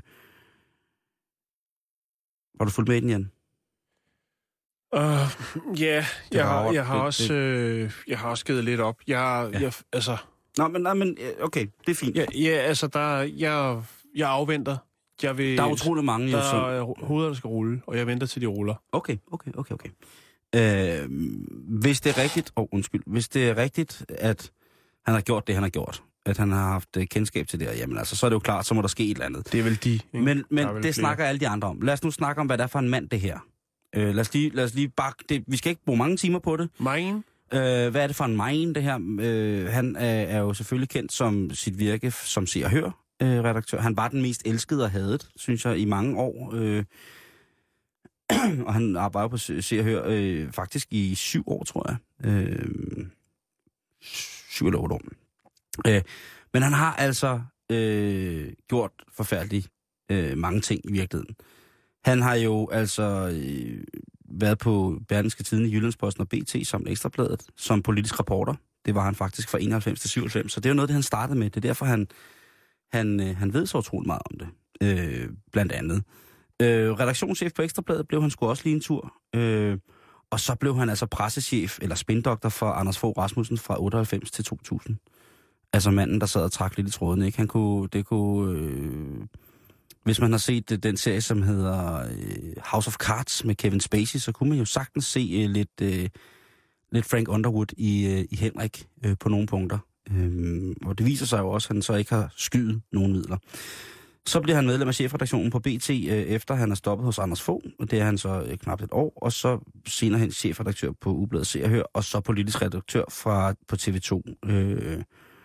E: har du fulgt med i den, Jan?
F: Uh, yeah, jeg har, jeg har også, øh, jeg har også givet lidt op. Jeg, ja. jeg altså.
E: Nå, men, nej, men okay, det er fint.
F: Ja, ja altså der, jeg, jeg afventer. Jeg vil,
E: der er utrolig mange.
F: Der er hoveder, der skal rulle, og jeg venter til de ruller.
E: Okay, okay, okay, okay. Øh, hvis det er rigtigt, oh, undskyld, hvis det er rigtigt, at han har gjort det, han har gjort, at han har haft kendskab til det her, jamen altså, så er det jo klart, så må der ske et eller andet.
F: Det er vel de, ikke?
E: Men, men
F: vel
E: det snakker alle de andre om. Lad os nu snakke om, hvad det er for en mand, det her. Øh, lad os lige, lad os lige bakke det. Vi skal ikke bruge mange timer på det.
F: Mine?
E: Øh, hvad er det for en mine, det her? Øh, han er, er jo selvfølgelig kendt som sit virke som Se og Hør øh, redaktør. Han var den mest elskede og hadet, synes jeg, i mange år. Øh, og han arbejder på Se og Hør øh, faktisk i syv år, tror jeg. Øh, syv eller otte år. Øh, men han har altså øh, gjort forfærdeligt øh, mange ting i virkeligheden. Han har jo altså øh, været på Berlingske Tidende, Jyllandsposten og B T som Ekstrabladet, som politisk reporter. Det var han faktisk fra enoghalvfems til syvoghalvfems, så det er jo noget, det han startede med. Det er derfor, han, han, øh, han ved så utroligt meget om det, øh, blandt andet. Øh, redaktionschef på Ekstrabladet blev han sgu også lige en tur. Øh, og så blev han altså pressechef, eller spindoktor for Anders Fogh Rasmussen fra otteoghalvfems til to tusind. Altså manden, der sad og trak lidt i tråden, ikke? Han kunne, det kunne... Øh, hvis man har set den serie, som hedder øh, House of Cards med Kevin Spacey, så kunne man jo sagtens se øh, lidt, øh, lidt Frank Underwood i, øh, i Henrik øh, på nogle punkter. Øh, og det viser sig jo også, at han så ikke har skydet nogen midler. Så bliver han medlem af chefredaktionen på B T, øh, efter han er stoppet hos Anders Fogh, og det er han så øh, knap et år, og så senere hen chefredaktør på Ugebladet Se og Hør, og så politisk redaktør fra, på T V to. Øh,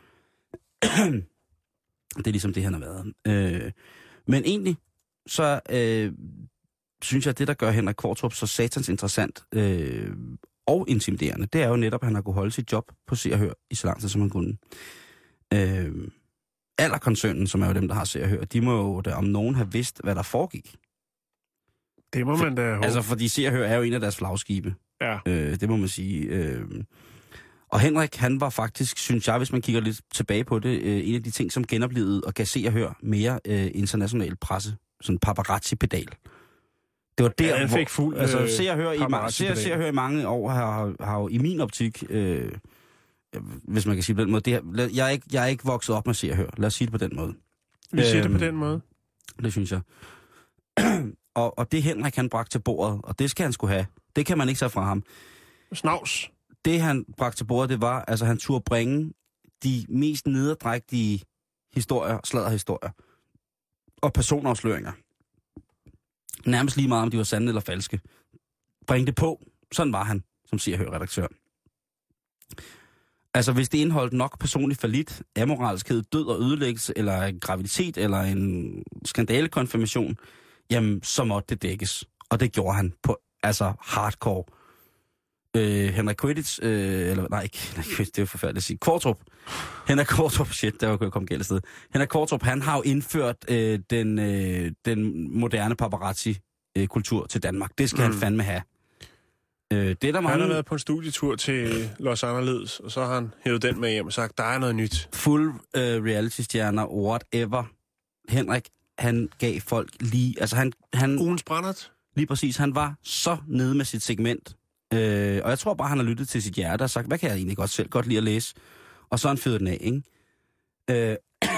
E: det er ligesom det, han har været. Øh, men egentlig, så øh, synes jeg, at det, der gør Henrik Qvortrup så satans interessant øh, og intimiderende, det er jo netop, at han har kunnet holde sit job på Se og Hør i så lang tid, som han kunne. Øh, Allerkoncernen, som er jo dem, der har Se og Hør, de må jo da om nogen have vidst, hvad der foregik.
F: Det må man da håbe.
E: Altså, fordi Se og Hør er jo en af deres flagskibe.
F: Ja.
E: Øh, det må man sige. Øh, og Henrik, han var faktisk, synes jeg, hvis man kigger lidt tilbage på det, øh, en af de ting, som genoplevede og gav Se og Hør mere øh, international presse. Sådan en paparazzi-pedal. Det var der,
F: ja, han fik
E: hvor...
F: fuld,
E: altså,
F: øh,
E: Se og Hør i, ma- Se, Se og Hør i mange år har, har, har jo i min optik... Øh, hvis man kan sige på den måde. Det her, jeg, er ikke, jeg er ikke vokset op med Se og Hør. Lad os sige det på den måde.
F: Vi siger
E: øhm,
F: det på den måde.
E: Det synes jeg. og, og det Henrik, han bragte til bordet, og det skal han skulle have. Det kan man ikke sige fra ham.
F: Snavs.
E: Det, han bragte til bordet, det var, altså han turde bringe de mest nederdrægtige historier, sladderhistorier og personafsløringer. Nærmest lige meget, om de var sande eller falske. Bring det på. Sådan var han, som Se og Hør-redaktør. Altså, hvis det indeholdt nok personlig fallit, amoralskhed, død og ødelæggelse, eller en graviditet, eller en skandalekonfirmation, jamen, så måtte det dækkes. Og det gjorde han på, altså, hardcore. Øh, Henrik Quidditch, øh, eller nej, ikke Henrik Quidditch, det er jo forfærdeligt at sige. Qvortrup. Henrik Qvortrup, shit, der var jeg komme galt sted. Henrik Qvortrup, han har jo indført øh, den, øh, den moderne paparazzi-kultur til Danmark. Det skal mm. han fandme have. Øh, det er der mange...
F: Han har været på en studietur til Los Angeles, og så har han hævet den med hjem og sagt, der er noget nyt.
E: Full uh, reality-stjerner, whatever. Henrik, han gav folk lige... Altså han... han
F: Ugens brændert.
E: Lige præcis. Han var så nede med sit segment. Øh, og jeg tror bare, han har lyttet til sit hjerte og sagt, hvad kan jeg egentlig godt selv godt lide at læse? Og så har han fyret den af, ikke? Øh,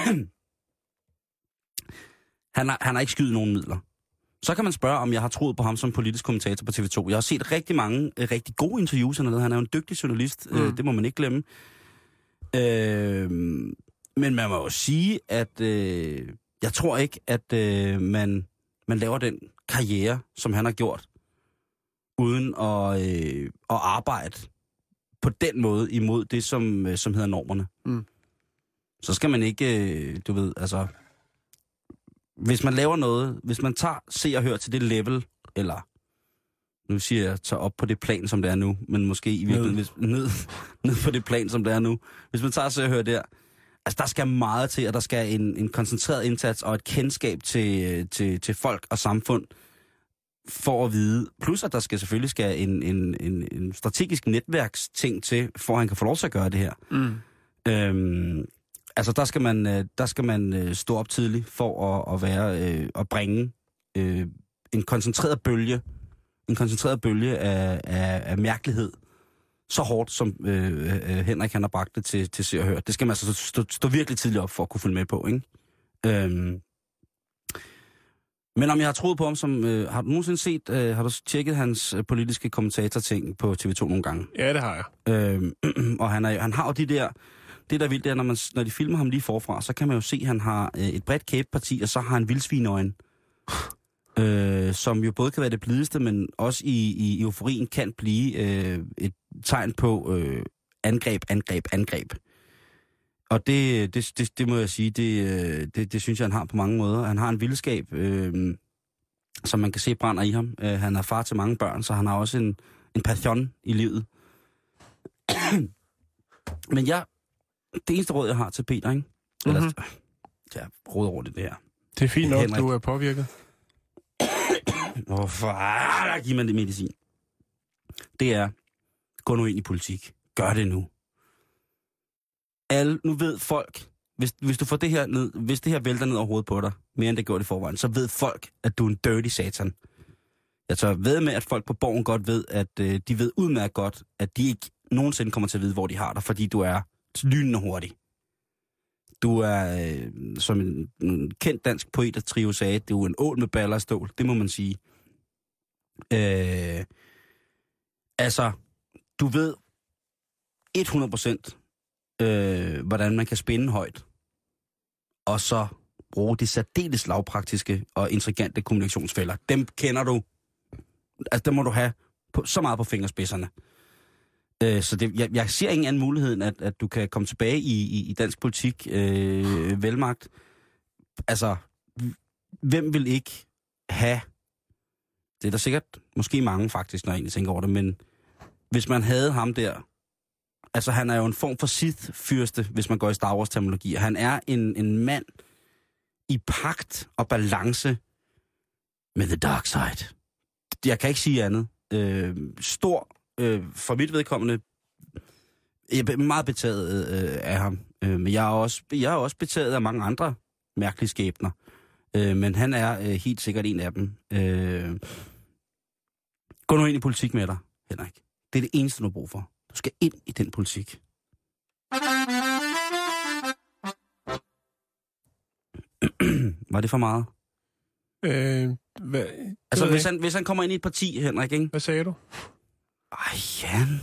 E: han, har, han har ikke skydet nogen midler. Så kan man spørge, om jeg har troet på ham som politisk kommentator på T V to. Jeg har set rigtig mange uh, rigtig gode interviews. Han er jo en dygtig journalist. Mm. Uh, det må man ikke glemme. Uh, men man må jo sige, at uh, jeg tror ikke, at uh, man, man laver den karriere, som han har gjort, uden at, uh, at arbejde på den måde imod det, som, uh, som hedder normerne. Mm. Så skal man ikke, uh, du ved, altså... Hvis man laver noget, hvis man tager Se og Hør til det level, eller nu siger jeg, tager op på det plan, som det er nu, men måske i virkeligheden hvis, ned, ned på det plan, som det er nu. Hvis man tager Se og Hør der, altså der skal meget til, at der skal en, en koncentreret indsats og et kendskab til, til, til folk og samfund for at vide. Plus at der skal selvfølgelig skal en, en, en, en strategisk netværksting til, for at han kan få lov til at gøre det her. Mm. Øhm, Altså, der skal man, der skal man stå op tidligt for at, at være øh, at bringe øh, en koncentreret bølge, en koncentreret bølge af, af, af mærkelighed så hårdt, som øh, Henrik han har bragt det til, til Se og Hør. Det skal man altså stå, stå virkelig tidligt op for at kunne følge med på, ikke? Øhm, Men om jeg har troet på ham som... Øh, har du nogensinde set... Øh, har du tjekket hans øh, politiske kommentatorting på T V to nogle gange?
F: Ja, det har jeg.
E: Øh, og han, er, han har jo de der... Det, der er vildt, det er, når, man, når de filmer ham lige forfra, så kan man jo se, at han har øh, et bredt kæbeparti, og så har han vildsvinøjen. øh, som jo både kan være det blideste, men også i, i euforien kan blive øh, et tegn på øh, angreb, angreb, angreb. Og det, det, det, det må jeg sige, det, det, det synes jeg, han har på mange måder. Han har en vildskab, øh, som man kan se brænder i ham. Øh, han er far til mange børn, så han har også en, en passion i livet. Men jeg, det eneste råd, jeg har til Peter, ikke? Eller, mm-hmm. Jeg råder over det der.
F: Det er fint nok, Henrik. Du er påvirket.
E: Hvorfor giver man det medicin? Det er, gå nu ind i politik. Gør det nu. Alle, nu ved folk, hvis, hvis du får det her ned, hvis det her vælter ned over hovedet på dig, mere end det gjorde det i forvejen, så ved folk, at du er en dirty satan. Jeg tør ved med, at folk på Borgen godt ved, at øh, de ved udmærket godt, at de ikke nogensinde kommer til at vide, hvor de har dig, fordi du er lynende hurtig. Du er, øh, som en, en kendt dansk poet, der trio sagde, du er en ål med baller og stål. Det må man sige. Øh, altså, du ved hundrede procent, øh, hvordan man kan spænde højt, og så bruge de særdeles lavpraktiske og intrigante kommunikationsfælder. Dem kender du. Altså, dem må du have på, så meget på fingerspidserne. Øh, så det, jeg, jeg ser ingen anden mulighed, end at, at du kan komme tilbage i, i, i dansk politik, øh, velmagt. Altså, hvem vil ikke have... Det er der sikkert måske mange faktisk, når jeg egentlig tænker over det, men hvis man havde ham der... Altså, han er jo en form for Sith-fyrste, hvis man går i Star Wars-terminologi. Han er en, en mand i pagt og balance med the dark side. Jeg kan ikke sige andet. Øh, stor, øh, for mit vedkommende, jeg er meget betaget øh, af ham. Øh, men jeg er, også, jeg er også betaget af mange andre mærkelige skæbner. Øh, men han er øh, helt sikkert en af dem. Øh, gå nu ind i politik med dig, Henrik. Det er det eneste, du har brug for. Du skal ind i den politik. Var det for meget?
F: Øh, hvad?
E: Altså, hvis han, hvis han kommer ind i et parti, Henrik, ikke?
F: Hvad sagde du?
E: Ej, Jan.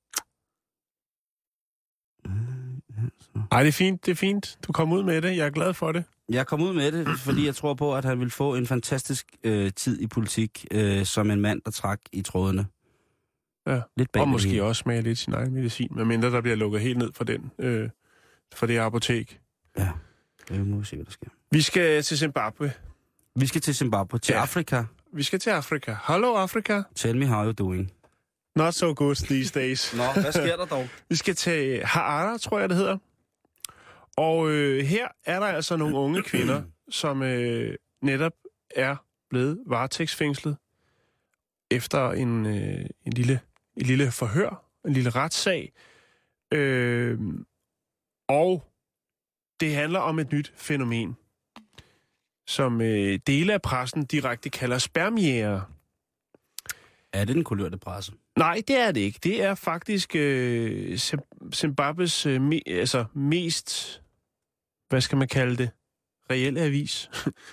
F: Ej, det er fint, det er fint. Du kom ud med det. Jeg er glad for det.
E: Jeg kom ud med det, fordi jeg tror på, at han vil få en fantastisk øh, tid i politik, øh, som en mand, der trak i trådene.
F: Ja,
E: lidt
F: og måske også smage lidt sin egen medicin, medmindre der bliver lukket helt ned for den, øh, for det apotek.
E: Ja, det må vi se, hvad der sker.
F: Vi skal til Zimbabwe.
E: Vi skal til Zimbabwe, til ja. Afrika.
F: Vi skal til Afrika. Hello, Afrika.
E: Tell me how you're doing.
F: Not so good these days.
E: Nå, hvad sker der dog?
F: Vi skal til Harare, tror jeg, det hedder. Og øh, her er der altså nogle unge kvinder, som øh, netop er blevet varetægtsfængslet efter en, øh, en lille, en lille forhør, en lille retssag. Øh, og det handler om et nyt fænomen, som øh, dele af pressen direkte kalder spermjæger.
E: Er det den kulørte presse?
F: Nej, det er det ikke. Det er faktisk øh, Zimbabwes øh, me, altså mest, hvad skal man kalde det, reelle avis.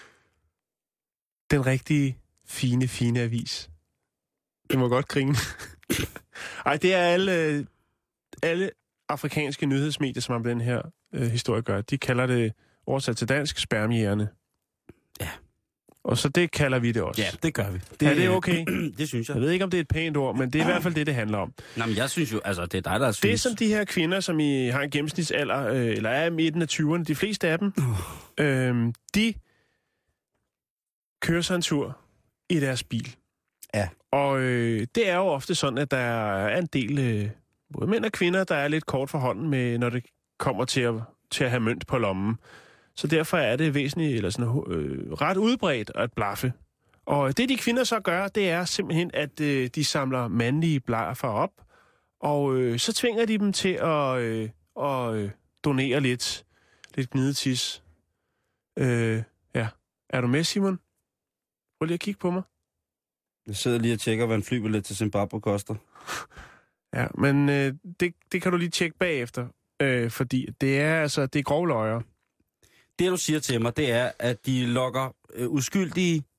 F: Den rigtige, fine, fine avis. Det må godt grine. Ej, det er alle, alle afrikanske nyhedsmedier, som har med den her øh, historie gør. De kalder det, oversat til dansk, spermjægerne.
E: Ja.
F: Og så det kalder vi det også.
E: Ja, det gør vi. Det,
F: er det okay?
E: Det synes jeg.
F: Jeg ved ikke, om det er et pænt ord, men det er i hvert fald det, det handler om.
E: Nå, men jeg synes jo, altså, det er dig, der synes...
F: Det er som de her kvinder, som I har en gennemsnitsalder, øh, eller er i midten af tyverne, de fleste af dem, oh. øh, de kører sig en tur i deres bil.
E: Ja.
F: Og øh, det er jo ofte sådan, at der er en del, øh, både mænd og kvinder, der er lidt kort for hånden, med, når det kommer til at, til at have mønt på lommen. Så derfor er det væsentligt, eller sådan øh, ret udbredt at blaffe. Og det, de kvinder så gør, det er simpelthen, at øh, de samler mandlige blaffer op, og øh, så tvinger de dem til at, øh, at øh, donere lidt, lidt gnidetis. Øh, ja. Er du med, Simon? Prøv lige at kigge på mig.
E: Jeg sidder lige og tjekker, hvad en flybillet til Zimbabwe koster.
F: Ja, men øh, det, det kan du lige tjekke bagefter, øh, fordi det er altså det er grove løjer.
E: Det, du siger til mig, det er, at de lokker øh, uskyldige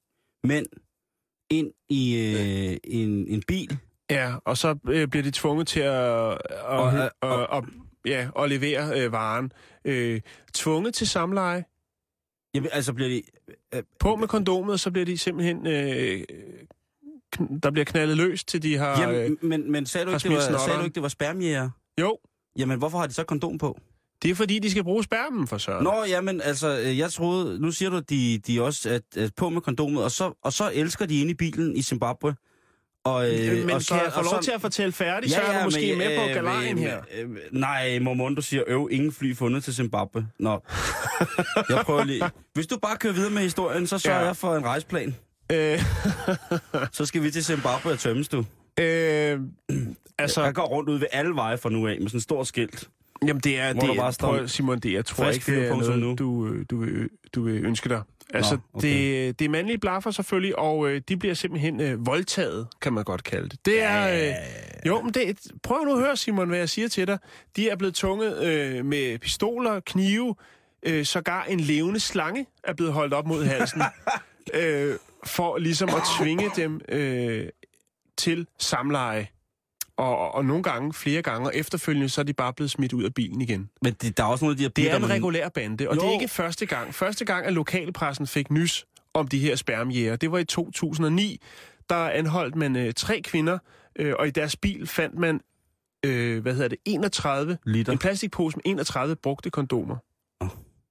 E: mænd ind i øh, en, en bil.
F: Ja, og så øh, bliver de tvunget til at, at,
E: Og,
F: at,
E: og-
F: at, at, ja, at levere øh, varen. Øh, tvunget til samleje.
E: Jamen, altså bliver de... Øh,
F: På med kondomet, så bliver de simpelthen... Øh, kn- der bliver knaldet løs, til de har... Øh,
E: jamen, men, men sagde du,
F: har
E: ikke, det var,
F: smidt
E: sagde du
F: snotteren.
E: ikke, det var spermjæger?
F: jo,
E: Jamen, hvorfor har de så kondom på?
F: det er fordi, de skal bruge spermen for søren.
E: Nå, jamen, altså, øh, jeg troede... Nu siger du, at de, de også at, at på med kondomet, og så, og så elsker de inde i bilen i Zimbabwe. Og, øh,
F: Men
E: og så,
F: kan jeg få
E: og
F: lov
E: så,
F: til at fortælle færdigt, så er du måske
E: men,
F: med på
E: øh,
F: galejen
E: øh,
F: her.
E: Øh, nej, Mormon, du siger, øv, ingen fly fundet til Zimbabwe. Nå, jeg prøver lige. Hvis du bare kører videre med historien, så sørger
F: Ja.
E: jeg for en rejseplan.
F: Øh,
E: Så skal vi til Zimbabwe og tømmes, du.
F: øh, altså,
E: Jeg går rundt ud ved alle veje fra nu af med sådan en stor skilt.
F: jamen det er...
E: Hvor
F: Det,
E: der bare står
F: prøv, Simon, det jeg tror
E: frisk
F: ikke, det er
E: fyr på som
F: noget, du, øh, du, vil, du vil ønske dig. Altså,
E: okay.
F: det, det er mandlige blaffer selvfølgelig, og øh, de bliver simpelthen øh, voldtaget, kan man godt kalde det. Det er... Øh, jo, men det, prøv nu at høre, Simon, hvad jeg siger til dig. De er blevet tunget øh, med pistoler, knive, øh, sågar en levende slange er blevet holdt op mod halsen, øh, for ligesom at tvinge dem øh, til samleje. Og, og nogle gange, flere gange, og efterfølgende, så er de bare blevet smidt ud af bilen igen.
E: Men det, der er også nogle af de her
F: Det er
E: biler,
F: en
E: man-
F: regulær bande, og jo. Det er
E: Jo.
F: ikke første gang. Første gang, at lokalpressen fik nys om de her spermjæger, det var i to tusind og ni. Der anholdt man øh, tre kvinder, øh, og i deres bil fandt man, øh, hvad hedder det, enogtredive,
E: Liter.
F: en plastikpose med enogtredive brugte kondomer.
E: Oh.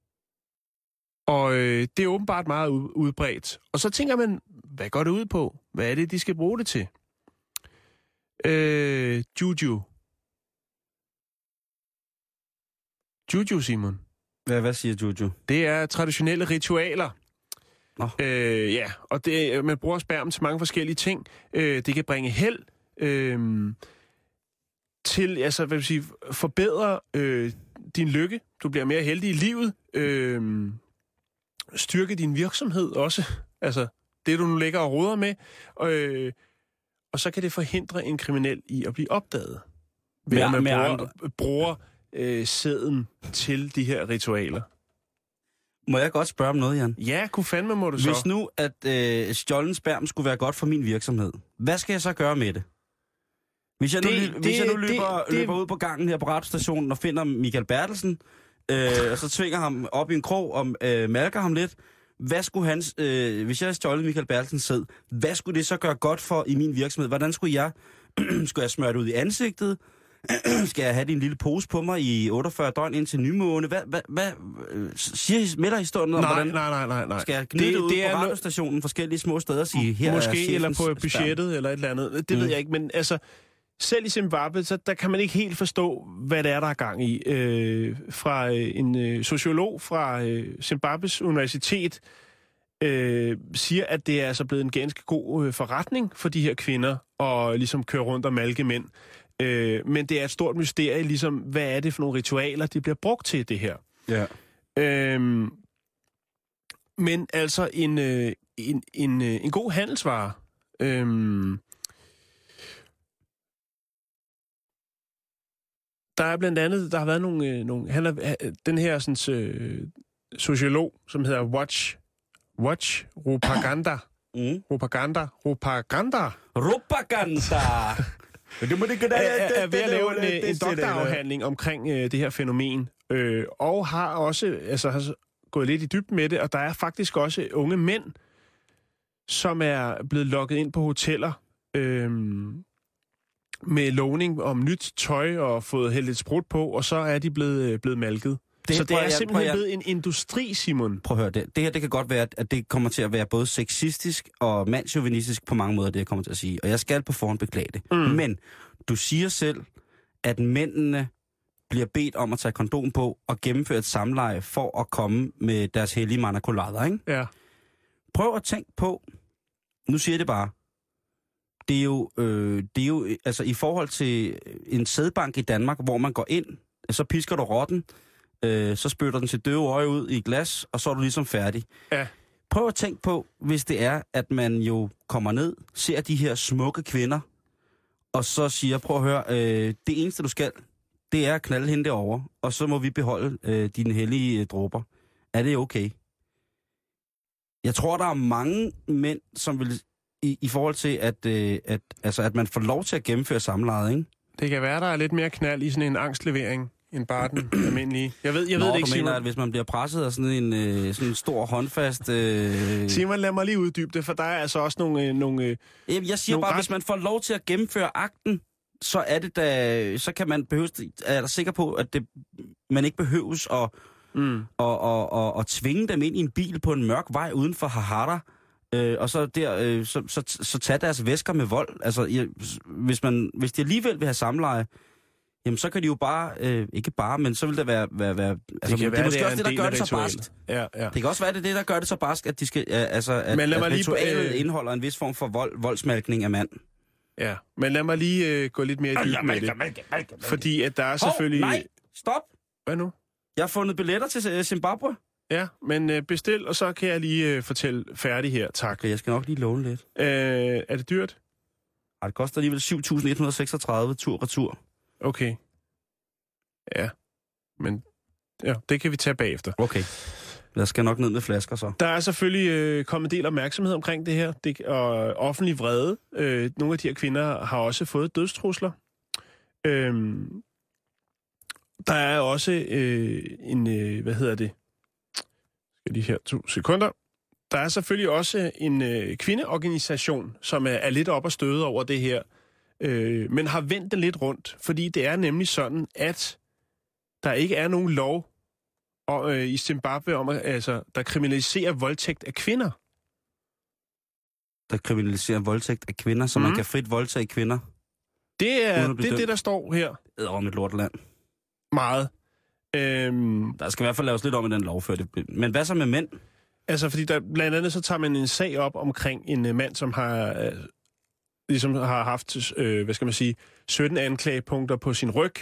F: Og øh, det er åbenbart meget ud, udbredt. Og så tænker man, hvad går det ud på? Hvad er det, de skal bruge det til? Øh, juju. Juju, Simon.
E: Hvad, hvad siger Juju?
F: Det er traditionelle ritualer.
E: Nå.
F: Øh, ja, og det, man bruger sperm til mange forskellige ting. Øh, det kan bringe held øh, til, altså, hvad vil sige, forbedre øh, din lykke. Du bliver mere heldig i livet. Øh, styrke din virksomhed også. Altså, det du nu ligger og roder med. Øh, og så kan det forhindre en kriminel i at blive opdaget. Ved
E: Med-
F: at man
E: med
F: bruger,
E: andre-
F: bruger øh, sæden til de her ritualer.
E: Må jeg godt spørge om noget, Jan?
F: Ja, kunne fandme må du så.
E: Hvis nu, at øh, stjålen sperm skulle være godt for min virksomhed, hvad skal jeg så gøre med det? Hvis jeg nu,
F: Det-
E: det, hvis jeg nu
F: det-
E: løber,
F: det-
E: det, løber ud på gangen her på radiostationen og finder Michael Bertelsen, øh, og så tvinger ham op i en krog og øh, malker ham lidt, hvad skulle hans, øh, hvis jeg havde stjålet Michael Bertelsens sæd, hvad skulle det så gøre godt for i min virksomhed? Hvordan skulle jeg, skulle jeg smøre det ud i ansigtet? Skal jeg have din lille pose på mig i otteogfyrre døgn indtil nymåne? Hvad, hvad, hvad øh, siger melder historien om,
F: Nej,
E: hvordan
F: nej, nej, nej, nej.
E: skal jeg gnide det, det ud
F: det
E: på
F: er no-
E: radiostationen forskellige små steder og sige, her er
F: Måske,
E: chefens
F: eller på
E: sperm.
F: budgettet, eller et eller andet. Det mm. ved jeg ikke, men altså, selv i Zimbabwe, så der kan man ikke helt forstå, hvad det er, der er gang i. Øh, fra øh, en øh, sociolog fra øh, Zimbabwes Universitet øh, siger, at det er altså blevet en ganske god øh, forretning for de her kvinder at ligesom køre rundt og malke mænd. Øh, men det er et stort mysterie, ligesom, hvad er det for nogle ritualer, de bliver brugt til det her.
E: Ja.
F: Øhm, men altså en, øh, en, en, øh, en god handelsvare. Øhm, der er blandt andet, der har været nogle, øh, nogle han er, den her sådan, øh, sociolog, som hedder Watch, Watch Rupaganda.
E: Mm.
F: Rupaganda. Rupaganda.
E: Propaganda! Det må det gøre,
F: er, er, er ved at lave en, øh, en doktorafhandling omkring øh, det her fænomen, øh, og har også altså, har gået lidt i dybden med det, og der er faktisk også unge mænd, som er blevet lukket ind på hoteller øh, med lovning om nyt tøj og fået hældt et sprut på, og så er de blevet, øh, blevet malket.
E: Det,
F: Så det
E: prøv
F: er
E: at-
F: simpelthen
E: prøv at-
F: blevet en industri, Simon.
E: Prøv at høre, det, det her det kan godt være, at det kommer til at være både sexistisk og mandsjuvenistisk på mange måder, det jeg kommer til at sige. Og jeg skal på forhånd beklage det. Mm. Men du siger selv, at mændene bliver bedt om at tage kondom på og gennemføre et samleje for at komme med deres hellige manakulader, ikke?
F: Ja.
E: Prøv at tænke på, nu siger jeg det bare, det er jo, øh, det er jo altså i forhold til en sædbank i Danmark, hvor man går ind, så pisker du rotten, øh, så spytter den til døve øje ud i et glas, og så er du ligesom færdig.
F: Ja.
E: Prøv at tænke på, hvis det er, at man jo kommer ned, ser de her smukke kvinder, og så siger, prøv at høre, øh, det eneste du skal, det er at knalde hende derovre, og så må vi beholde øh, dine hellige øh, dråber. Er det okay? Jeg tror, der er mange mænd, som vil... I, i forhold til, at, øh, at, altså, at man får lov til at gennemføre samlejet, ikke?
F: Det kan være, der er lidt mere knald i sådan en angstlevering, end bare den almindelige. Jeg ved, jeg
E: Nå,
F: ved det ikke,
E: du mener,
F: Simon.
E: at hvis man bliver presset af sådan en, øh, sådan en stor håndfast... Øh...
F: Simon, lad mig lige uddybe det, for der er altså også nogle... Øh, nogle øh,
E: Jamen, jeg siger
F: nogle
E: bare,
F: ret...
E: hvis man får lov til at gennemføre akten, så er det da... Så kan man behøves... Er der sikker på, at det, man ikke behøves at, mm. at, at, at, at tvinge dem ind i en bil på en mørk vej uden for Hahara, øh, og så, der, øh, så, så, så tage deres væsker med vold. Altså, jeg, hvis, man, hvis de alligevel vil have samleje, jamen så kan de jo bare, øh, ikke bare, men så vil det være, være, være altså, det, det er måske det er også det, der gør det så barskt.
F: Ja, ja.
E: Det kan også være, det er det, der gør det så barskt, at, de skal, øh, altså, at,
F: at
E: ritualet
F: lige, øh...
E: indeholder en vis form for vold, voldsmalkning af mand.
F: Ja, men lad mig lige øh, gå lidt mere i dybden med det. Fordi at der er selvfølgelig...
E: Hov, nej, stop!
F: Hvad nu?
E: Jeg har fundet billetter til Zimbabwe.
F: Ja, men øh, bestil, og så kan jeg lige øh, fortælle færdig her. Tak.
E: Okay, jeg skal nok lige låne lidt.
F: Øh, er det dyrt?
E: Ej, det koster alligevel syv tusind et hundrede og seksogtredive tur-retur.
F: Okay. Ja, men ja, det kan vi tage bagefter.
E: Okay. Jeg skal nok ned med flasker så.
F: Der er selvfølgelig øh, kommet en del opmærksomhed omkring det her, det, og offentlig vrede. Øh, nogle af de her kvinder har også fået dødstrusler. Øh, der er også øh, en, øh, hvad hedder det? Skal lige her to sekunder. Der er selvfølgelig også en øh, kvindeorganisation, som er, er lidt op og støde over det her, øh, men har vendt den lidt rundt, fordi det er nemlig sådan, at der ikke er nogen lov og, øh, i Zimbabwe, om, altså, der kriminaliserer voldtægt af kvinder.
E: Der kriminaliserer voldtægt af kvinder, så mm. man kan frit voldtage kvinder?
F: Det er det, det, der står her.
E: Det er om et lortland.
F: Meget. Øhm,
E: der skal i hvert fald laves lidt om i den lov før det. Men hvad så med mænd?
F: Altså, fordi der, blandt andet så tager man en sag op omkring en uh, mand, som har, uh, ligesom har haft, uh, hvad skal man sige, sytten anklagepunkter på sin ryg,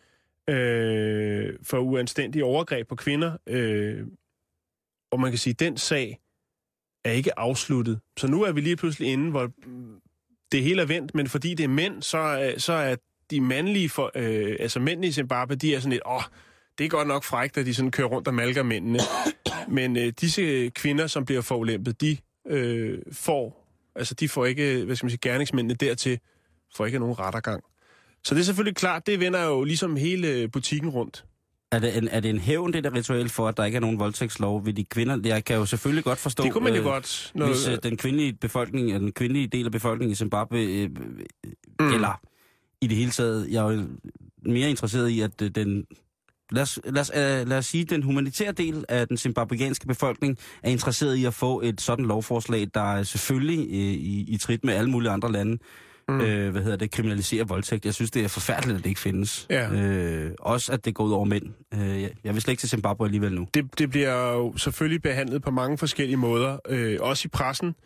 F: øh, for uanstændige overgreb på kvinder. Øh, og man kan sige, at den sag er ikke afsluttet. Så nu er vi lige pludselig inde, hvor det hele er vendt, men fordi det er mænd, så, så er de mandlige, for, øh, altså mændene i Zimbabwe, de er sådan lidt, åh, det er godt nok frækt, at de sådan kører rundt og malker mændene. Men øh, disse kvinder, som bliver forulæmpet, de øh, får, altså de får ikke, hvad skal man sige, gerningsmændene dertil, får ikke nogen rettergang. Så det er selvfølgelig klart, det vender jo ligesom hele butikken rundt. Er det en,
E: er det en hævn, det der ritual for, at der ikke er nogen voldtægtslov ved de kvinder? Jeg kan jo selvfølgelig godt forstå,
F: det kunne man jo
E: øh,
F: godt,
E: når, hvis øh, den kvindelige befolkning, eller den kvindelige del af befolkningen i Zimbabwe, øh, mm. eller i det hele taget, jeg er jo mere interesseret i, at øh, den, lad os, lad, os, øh, lad os sige, den humanitære del af den zimbabwianske befolkning er interesseret i at få et sådan lovforslag, der er selvfølgelig øh, i, i trit med alle mulige andre lande, Mm. Øh, hvad hedder det, kriminalisere voldtægt. Jeg synes, det er forfærdeligt, at det ikke findes.
F: Ja.
E: Øh, også, at det går ud over mænd. Øh, jeg, jeg vil slet ikke til Zimbabwe alligevel nu.
F: Det, det bliver jo selvfølgelig behandlet på mange forskellige måder. Øh, også i pressen.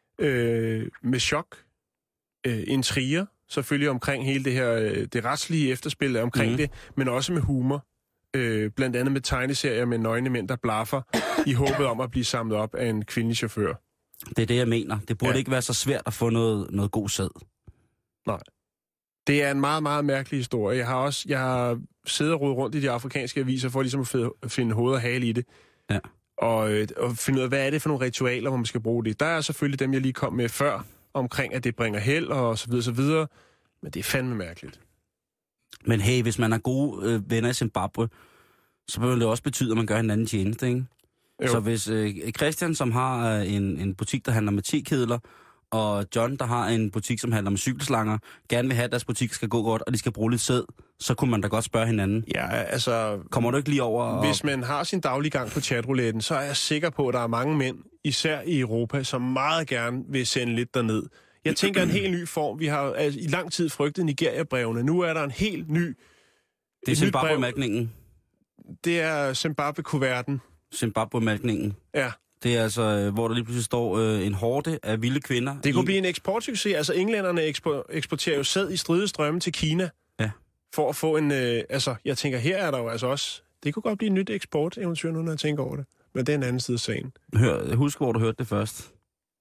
F: Øh, med chok. Øh, intriger. Selvfølgelig omkring hele det her, øh, det retslige efterspil omkring mm. det. Men også med humor. Øh, blandt andet med tegneserier med nøgne mænd, der blaffer. I håbet om at blive samlet op af en kvindelig chauffør.
E: Det er det, jeg mener. Det burde
F: ja.
E: ikke være så svært at få noget, noget god sæd.
F: Nej. Det er en meget, meget mærkelig historie. Jeg har også jeg har siddet og rodet rundt i de afrikanske aviser for ligesom at finde hoved og hale i det.
E: Ja.
F: Og, og finde ud af, hvad er det for nogle ritualer, hvor man skal bruge det. Der er selvfølgelig dem, jeg lige kom med før, omkring at det bringer held og så videre, så videre. Men det er fandme mærkeligt.
E: Men hey, hvis man er gode øh, venner i Zimbabwe, så vil det også betyde, at man gør en anden tjeneste, ikke? Jo. Så hvis øh, Christian, som har øh, en, en butik, der handler med tekedler, og John, der har en butik, som handler med cykelslanger, gerne vil have, at deres butik skal gå godt, og de skal bruge lidt sæd, så kunne man da godt spørge hinanden.
F: Ja, altså...
E: Kommer du ikke lige over... Og...
F: Hvis man har sin daglige gang på chatrouletten, så er jeg sikker på, at der er mange mænd, især i Europa, som meget gerne vil sende lidt derned. Jeg tænker en helt ny form. Vi har altså, i lang tid frygtet Nigeria-brevene. Nu er der en helt ny...
E: Det er Zimbabwe-mærkningen.
F: Det er Zimbabwe-kuverten.
E: Zimbabwe-mærkningen.
F: Ja.
E: Det er altså, hvor der lige pludselig står øh, en horde af vilde kvinder.
F: Det kunne
E: i...
F: blive en eksportsucces. Altså, englænderne ekspor- eksporterer jo sæd i stridestrømme til Kina.
E: Ja.
F: For at få en... Øh, altså, jeg tænker, her er der jo altså også... Det kunne godt blive et nyt eksporteventyr nu, når jeg tænker over det. Men det er en anden side af sagen.
E: Hør, husk, hvor du hørte det først.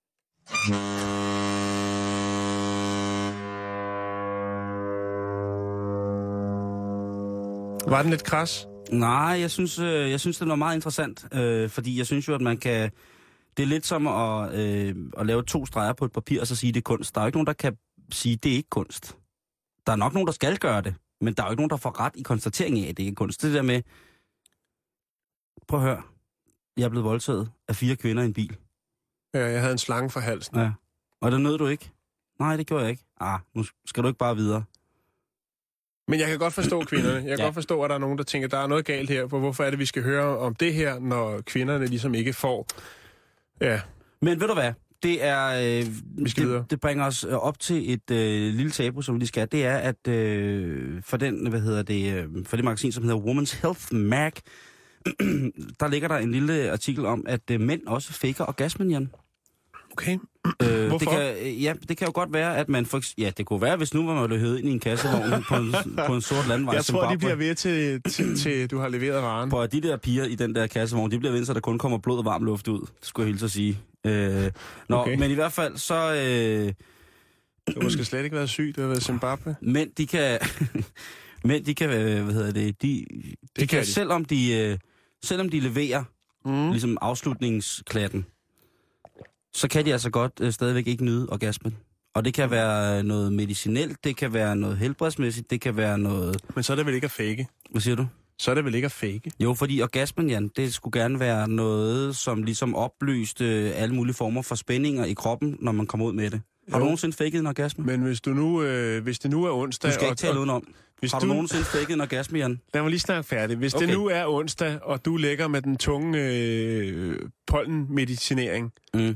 F: Var den lidt kras?
E: Nej, jeg synes, øh, jeg synes, det var meget interessant, øh, fordi jeg synes jo, at man kan... det er lidt som at, øh, at lave to streger på et papir, og så sige, det er kunst. Der er jo ikke nogen, der kan sige, det er ikke kunst. Der er nok nogen, der skal gøre det, men der er jo ikke nogen, der får ret i konstateringen af, at det ikke er kunst. Det der med, prøv at høre, jeg er blevet voldtaget af fire kvinder i en bil.
F: Ja, jeg havde en slange for halsen.
E: Ja, og det nød du ikke? Nej, det gjorde jeg ikke. Ah, nu skal du ikke bare videre.
F: Men jeg kan godt forstå kvinderne. Jeg kan ja. godt forstå, at der er nogen, der tænker, der er noget galt her. For hvorfor er det, vi skal høre om det her, når kvinderne ligesom ikke får... Ja.
E: Men ved du hvad? Det er... Øh,
F: vi skal
E: det, det bringer os op til et øh, lille tabu, som vi lige skal. Det er, at øh, for den, hvad hedder det, øh, for det magasin, som hedder Women's Health Mag, der ligger der en lille artikel om, at øh, mænd også faker orgasmen, Jan.
F: Okay.
E: Øh,
F: Hvorfor?
E: Det kan, ja, det kan jo godt være, at man... For, ja, det kunne være, hvis nu man var løbet ind i en kassevogn på en, på en sort landvej.
F: Jeg tror, de bliver ved til, til, til du har leveret varen.
E: På de der piger i den der kassevogn, de bliver ved, så der kun kommer blod og varm luft ud. Det skulle jeg hilse at sige. Øh, nå, okay. Men i hvert fald, så... Øh,
F: du har måske slet ikke været syg, du har været i Zimbabwe.
E: Men de kan... men de kan... Hvad hedder det? De, de
F: det kan,
E: kan de. Selvom de, øh, selvom de leverer mm. ligesom afslutningsklatten, så kan de altså godt øh, stadigvæk ikke nyde orgasmen. Og det kan være noget medicinelt, det kan være noget helbredsmæssigt, det kan være noget...
F: Men så er det vel ikke at fake?
E: Hvad siger du?
F: Så er det vel ikke at fake?
E: Jo, fordi orgasmen, Jan, det skulle gerne være noget, som ligesom opløste alle mulige former for spændinger i kroppen, når man kommer ud med det. Har jo. Du nogensinde faket en orgasme?
F: Men hvis du nu, øh, hvis det nu er onsdag...
E: Du skal ikke tale og, udenom. Hvis har du, du nogensinde faket en orgasme, Jan?
F: Lad mig lige snakke færdig. Hvis okay. det nu er onsdag, og du ligger med den tunge øh, pollenmedicinering, mm.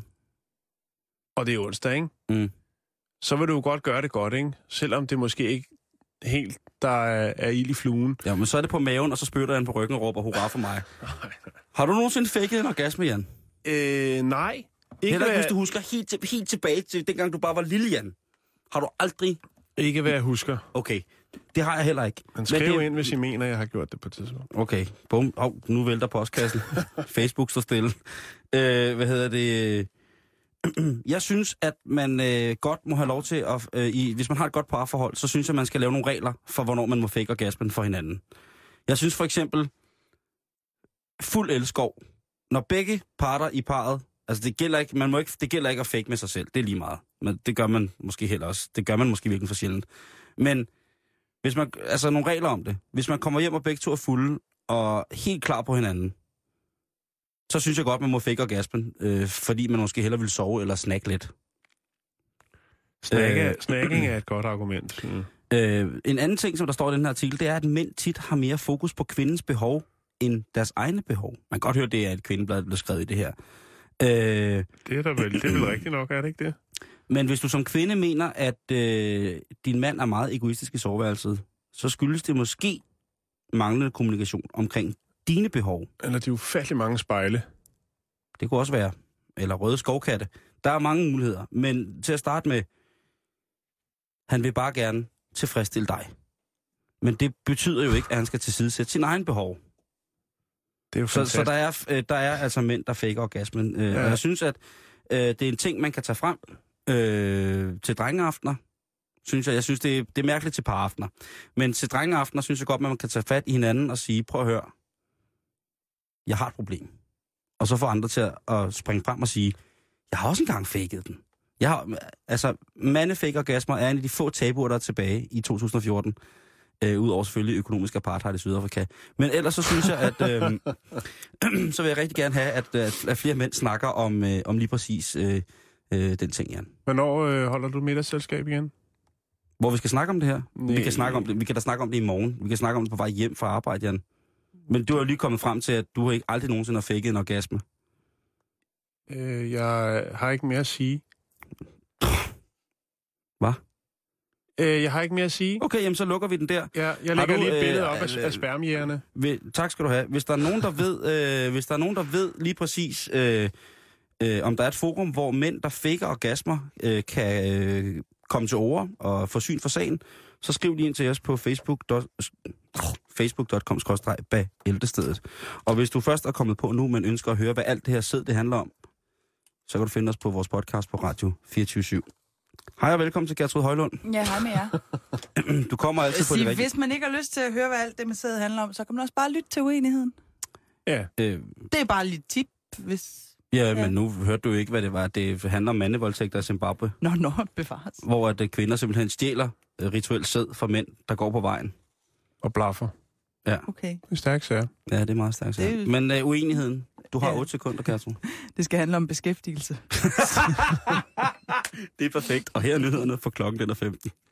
F: og det er onsdag, ikke? Mm. Så vil du jo godt gøre det godt, ikke? Selvom det måske ikke helt, der er, er ild i fluen.
E: Ja, men så er det på maven, og så spytter han på ryggen og råber hurra for mig. Har du nogensinde faket en orgasme, Jan?
F: Øh, nej.
E: Ikke Heller ikke, hvis du husker helt, til, helt tilbage til dengang, du bare var lille, Jan. Har du aldrig...
F: Ikke hvad jeg husker.
E: Okay, det har jeg heller ikke.
F: Men skriv men det... ind, hvis I mener, jeg har gjort det på et tidspunkt.
E: Okay, bum. Oh, nu vælter postkassen. Facebook står stille. Øh, hvad hedder det... Jeg synes, at man øh, godt må have lov til at... Øh, i, hvis man har et godt parforhold, så synes jeg, at man skal lave nogle regler for, hvornår man må fake orgasmen for hinanden. Jeg synes for eksempel, fuld elskov. Når begge parter i parret... Altså, det gælder ikke, man må ikke, det gælder ikke at fake med sig selv. Det er lige meget. Men det gør man måske heller også. Det gør man måske virkelig for sjældent. Men hvis man... Altså, nogle regler om det. Hvis man kommer hjem og begge to er fulde og helt klar på hinanden, så synes jeg godt, man må fake orgasmen, øh, fordi man måske hellere vil sove eller snakke lidt.
F: Snakke, øh, snacking er et godt argument. Mm.
E: Øh, en anden ting, som der står i den her artikel, det er, at mænd tit har mere fokus på kvindens behov end deres egne behov. Man kan godt høre, det er et kvindeblad, der bliver skrevet i det her. Øh,
F: det er da vel, det er vel rigtigt nok, er det ikke det?
E: Men hvis du som kvinde mener, at øh, din mand er meget egoistisk i soveværelset, så skyldes det måske manglende kommunikation omkring dine behov.
F: Eller de ufattelig mange spejle.
E: Det kunne også være. Eller røde skovkatte. Der er mange muligheder. Men til at starte med, han vil bare gerne tilfredsstille dig. Men det betyder jo ikke, at han skal tilsidesætte sin egen behov.
F: Det er jo
E: så, så der er, der er altså mænd, der faker orgasmen. Ja. Og jeg synes, at øh, det er en ting, man kan tage frem øh, til drengeaftener. Synes jeg. Jeg synes, det er, det er mærkeligt til paraftener. Men til drengeaftener synes jeg godt, at man kan tage fat i hinanden og sige, prøv at høre, jeg har et problem. Og så få andre til at, at springe frem og sige, jeg har også engang faket den. Jeg har, altså, mandefake orgasmer er en af de få tabuer, der er tilbage i to tusind og fjorten. Øh, Udover selvfølgelig økonomisk apartheid i Sydafrika. Men ellers så synes jeg, at øh, så vil jeg rigtig gerne have, at, at flere mænd snakker om, øh, om lige præcis øh, øh, den ting, Jan.
F: Hvornår øh, holder du middagsselskab igen?
E: Hvor vi skal snakke om det her?
F: Nej.
E: Vi kan snakke om det. Vi kan da snakke om det i morgen. Vi kan snakke om det på vej hjem fra arbejde, Jan. Men du har jo lige kommet frem til, at du har ikke aldrig nogensinde har faket en orgasme.
F: Øh, jeg har ikke mere at sige.
E: Hvad?
F: Øh, jeg har ikke mere at sige.
E: Okay, jamen så lukker vi den der.
F: Ja, jeg lægger du, lige et billede øh, op af, øh, af spermjægerne.
E: Tak skal du have. Hvis der er nogen, der ved, øh, hvis der er nogen, der ved lige præcis, øh, øh, om der er et forum, hvor mænd, der faker orgasmer, øh, kan øh, komme til ord og få syn for sagen, så skriv lige ind til os på facebook punktum com skråstreg bæltestedet. Og hvis du først er kommet på nu, men ønsker at høre, hvad alt det her sæd det handler om, så kan du finde os på vores podcast på Radio fireogtyve syv. Hej og velkommen til Gertrud Højlund.
G: Ja, hej med jer.
E: Du kommer altid på det rigtige.
G: Hvis man ikke har lyst til at høre, hvad alt det med sæd handler om, så kan man også bare lytte til uenigheden.
F: Ja.
E: Øh,
G: det er bare lidt tip, hvis
E: Ja,
G: Ja.
E: men nu hørte du ikke, hvad det var. Det handler om mandevoldtægter i Zimbabwe,
G: Nå, nå, bevares.
E: hvor at øh, kvinder simpelthen stjæler øh, rituel sæd fra mænd, der går på vejen.
F: Og blaffer.
G: Okay,
F: Det er stærkt sager.
E: Ja, det er meget stærkt.
G: Det er jo-
E: Men øh, uenigheden. Du har
G: Ja.
E: otte sekunder, Kato.
G: det skal handle om beskæftigelse.
E: Det er perfekt. Og her er nyhederne for klokken den er femten.